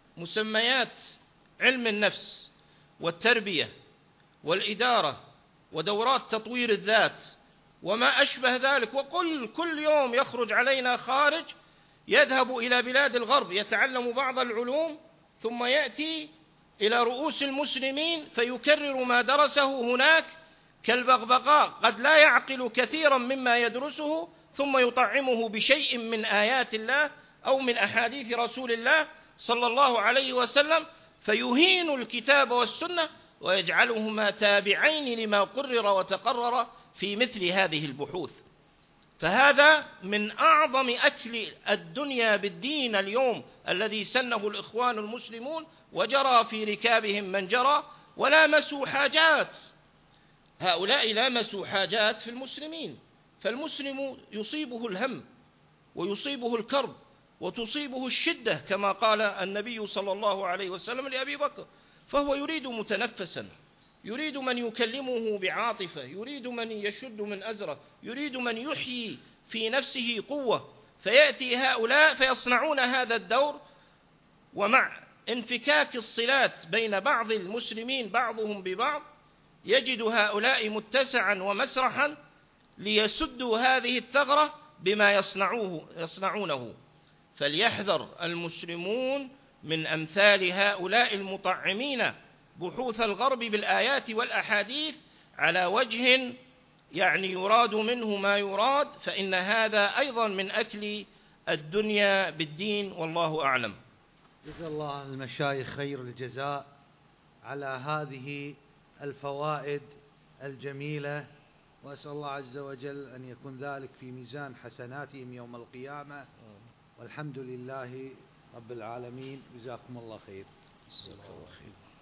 مسميات علم النفس والتربية والإدارة ودورات تطوير الذات وما أشبه ذلك، كل يوم يخرج علينا خارج يذهب إلى بلاد الغرب يتعلم بعض العلوم، ثم يأتي إلى رؤوس المسلمين فيكرر ما درسه هناك كالبغبغاء، قد لا يعقل كثيرا مما يدرسه، ثم يطعمه بشيء من آيات الله أو من أحاديث رسول الله صلى الله عليه وسلم، فيهين الكتاب والسنة ويجعلهما تابعين لما قرر وتقرر في مثل هذه البحوث. فهذا من أعظم أكل الدنيا بالدين اليوم الذي سنه الإخوان المسلمون، وجرى في ركابهم من جرى، ولامسوا حاجات هؤلاء، لامسوا حاجات في المسلمين. فالمسلم يصيبه الهم ويصيبه الكرب وتصيبه الشدة كما قال النبي صلى الله عليه وسلم لأبي بكر، فهو يريد متنفسا، يريد من يكلمه بعاطفة، يريد من يشد من أزره، يريد من يحيي في نفسه قوة، فيأتي هؤلاء فيصنعون هذا الدور. ومع انفكاك الصلات بين بعض المسلمين بعضهم ببعض، يجد هؤلاء متسعا ومسرحا ليسدوا هذه الثغرة بما يصنعونه. فليحذر المسلمون من أمثال هؤلاء المطعمين بحوث الغرب بالآيات والأحاديث على وجه يراد منه ما يراد، فإن هذا أيضا من أكل الدنيا بالدين، والله أعلم. جزا الله المشايخ خير الجزاء على هذه الفوائد الجميلة، وأسأل الله عز وجل أن يكون ذلك في ميزان حسناتهم يوم القيامة، والحمد لله رب العالمين. جزاكم الله خير.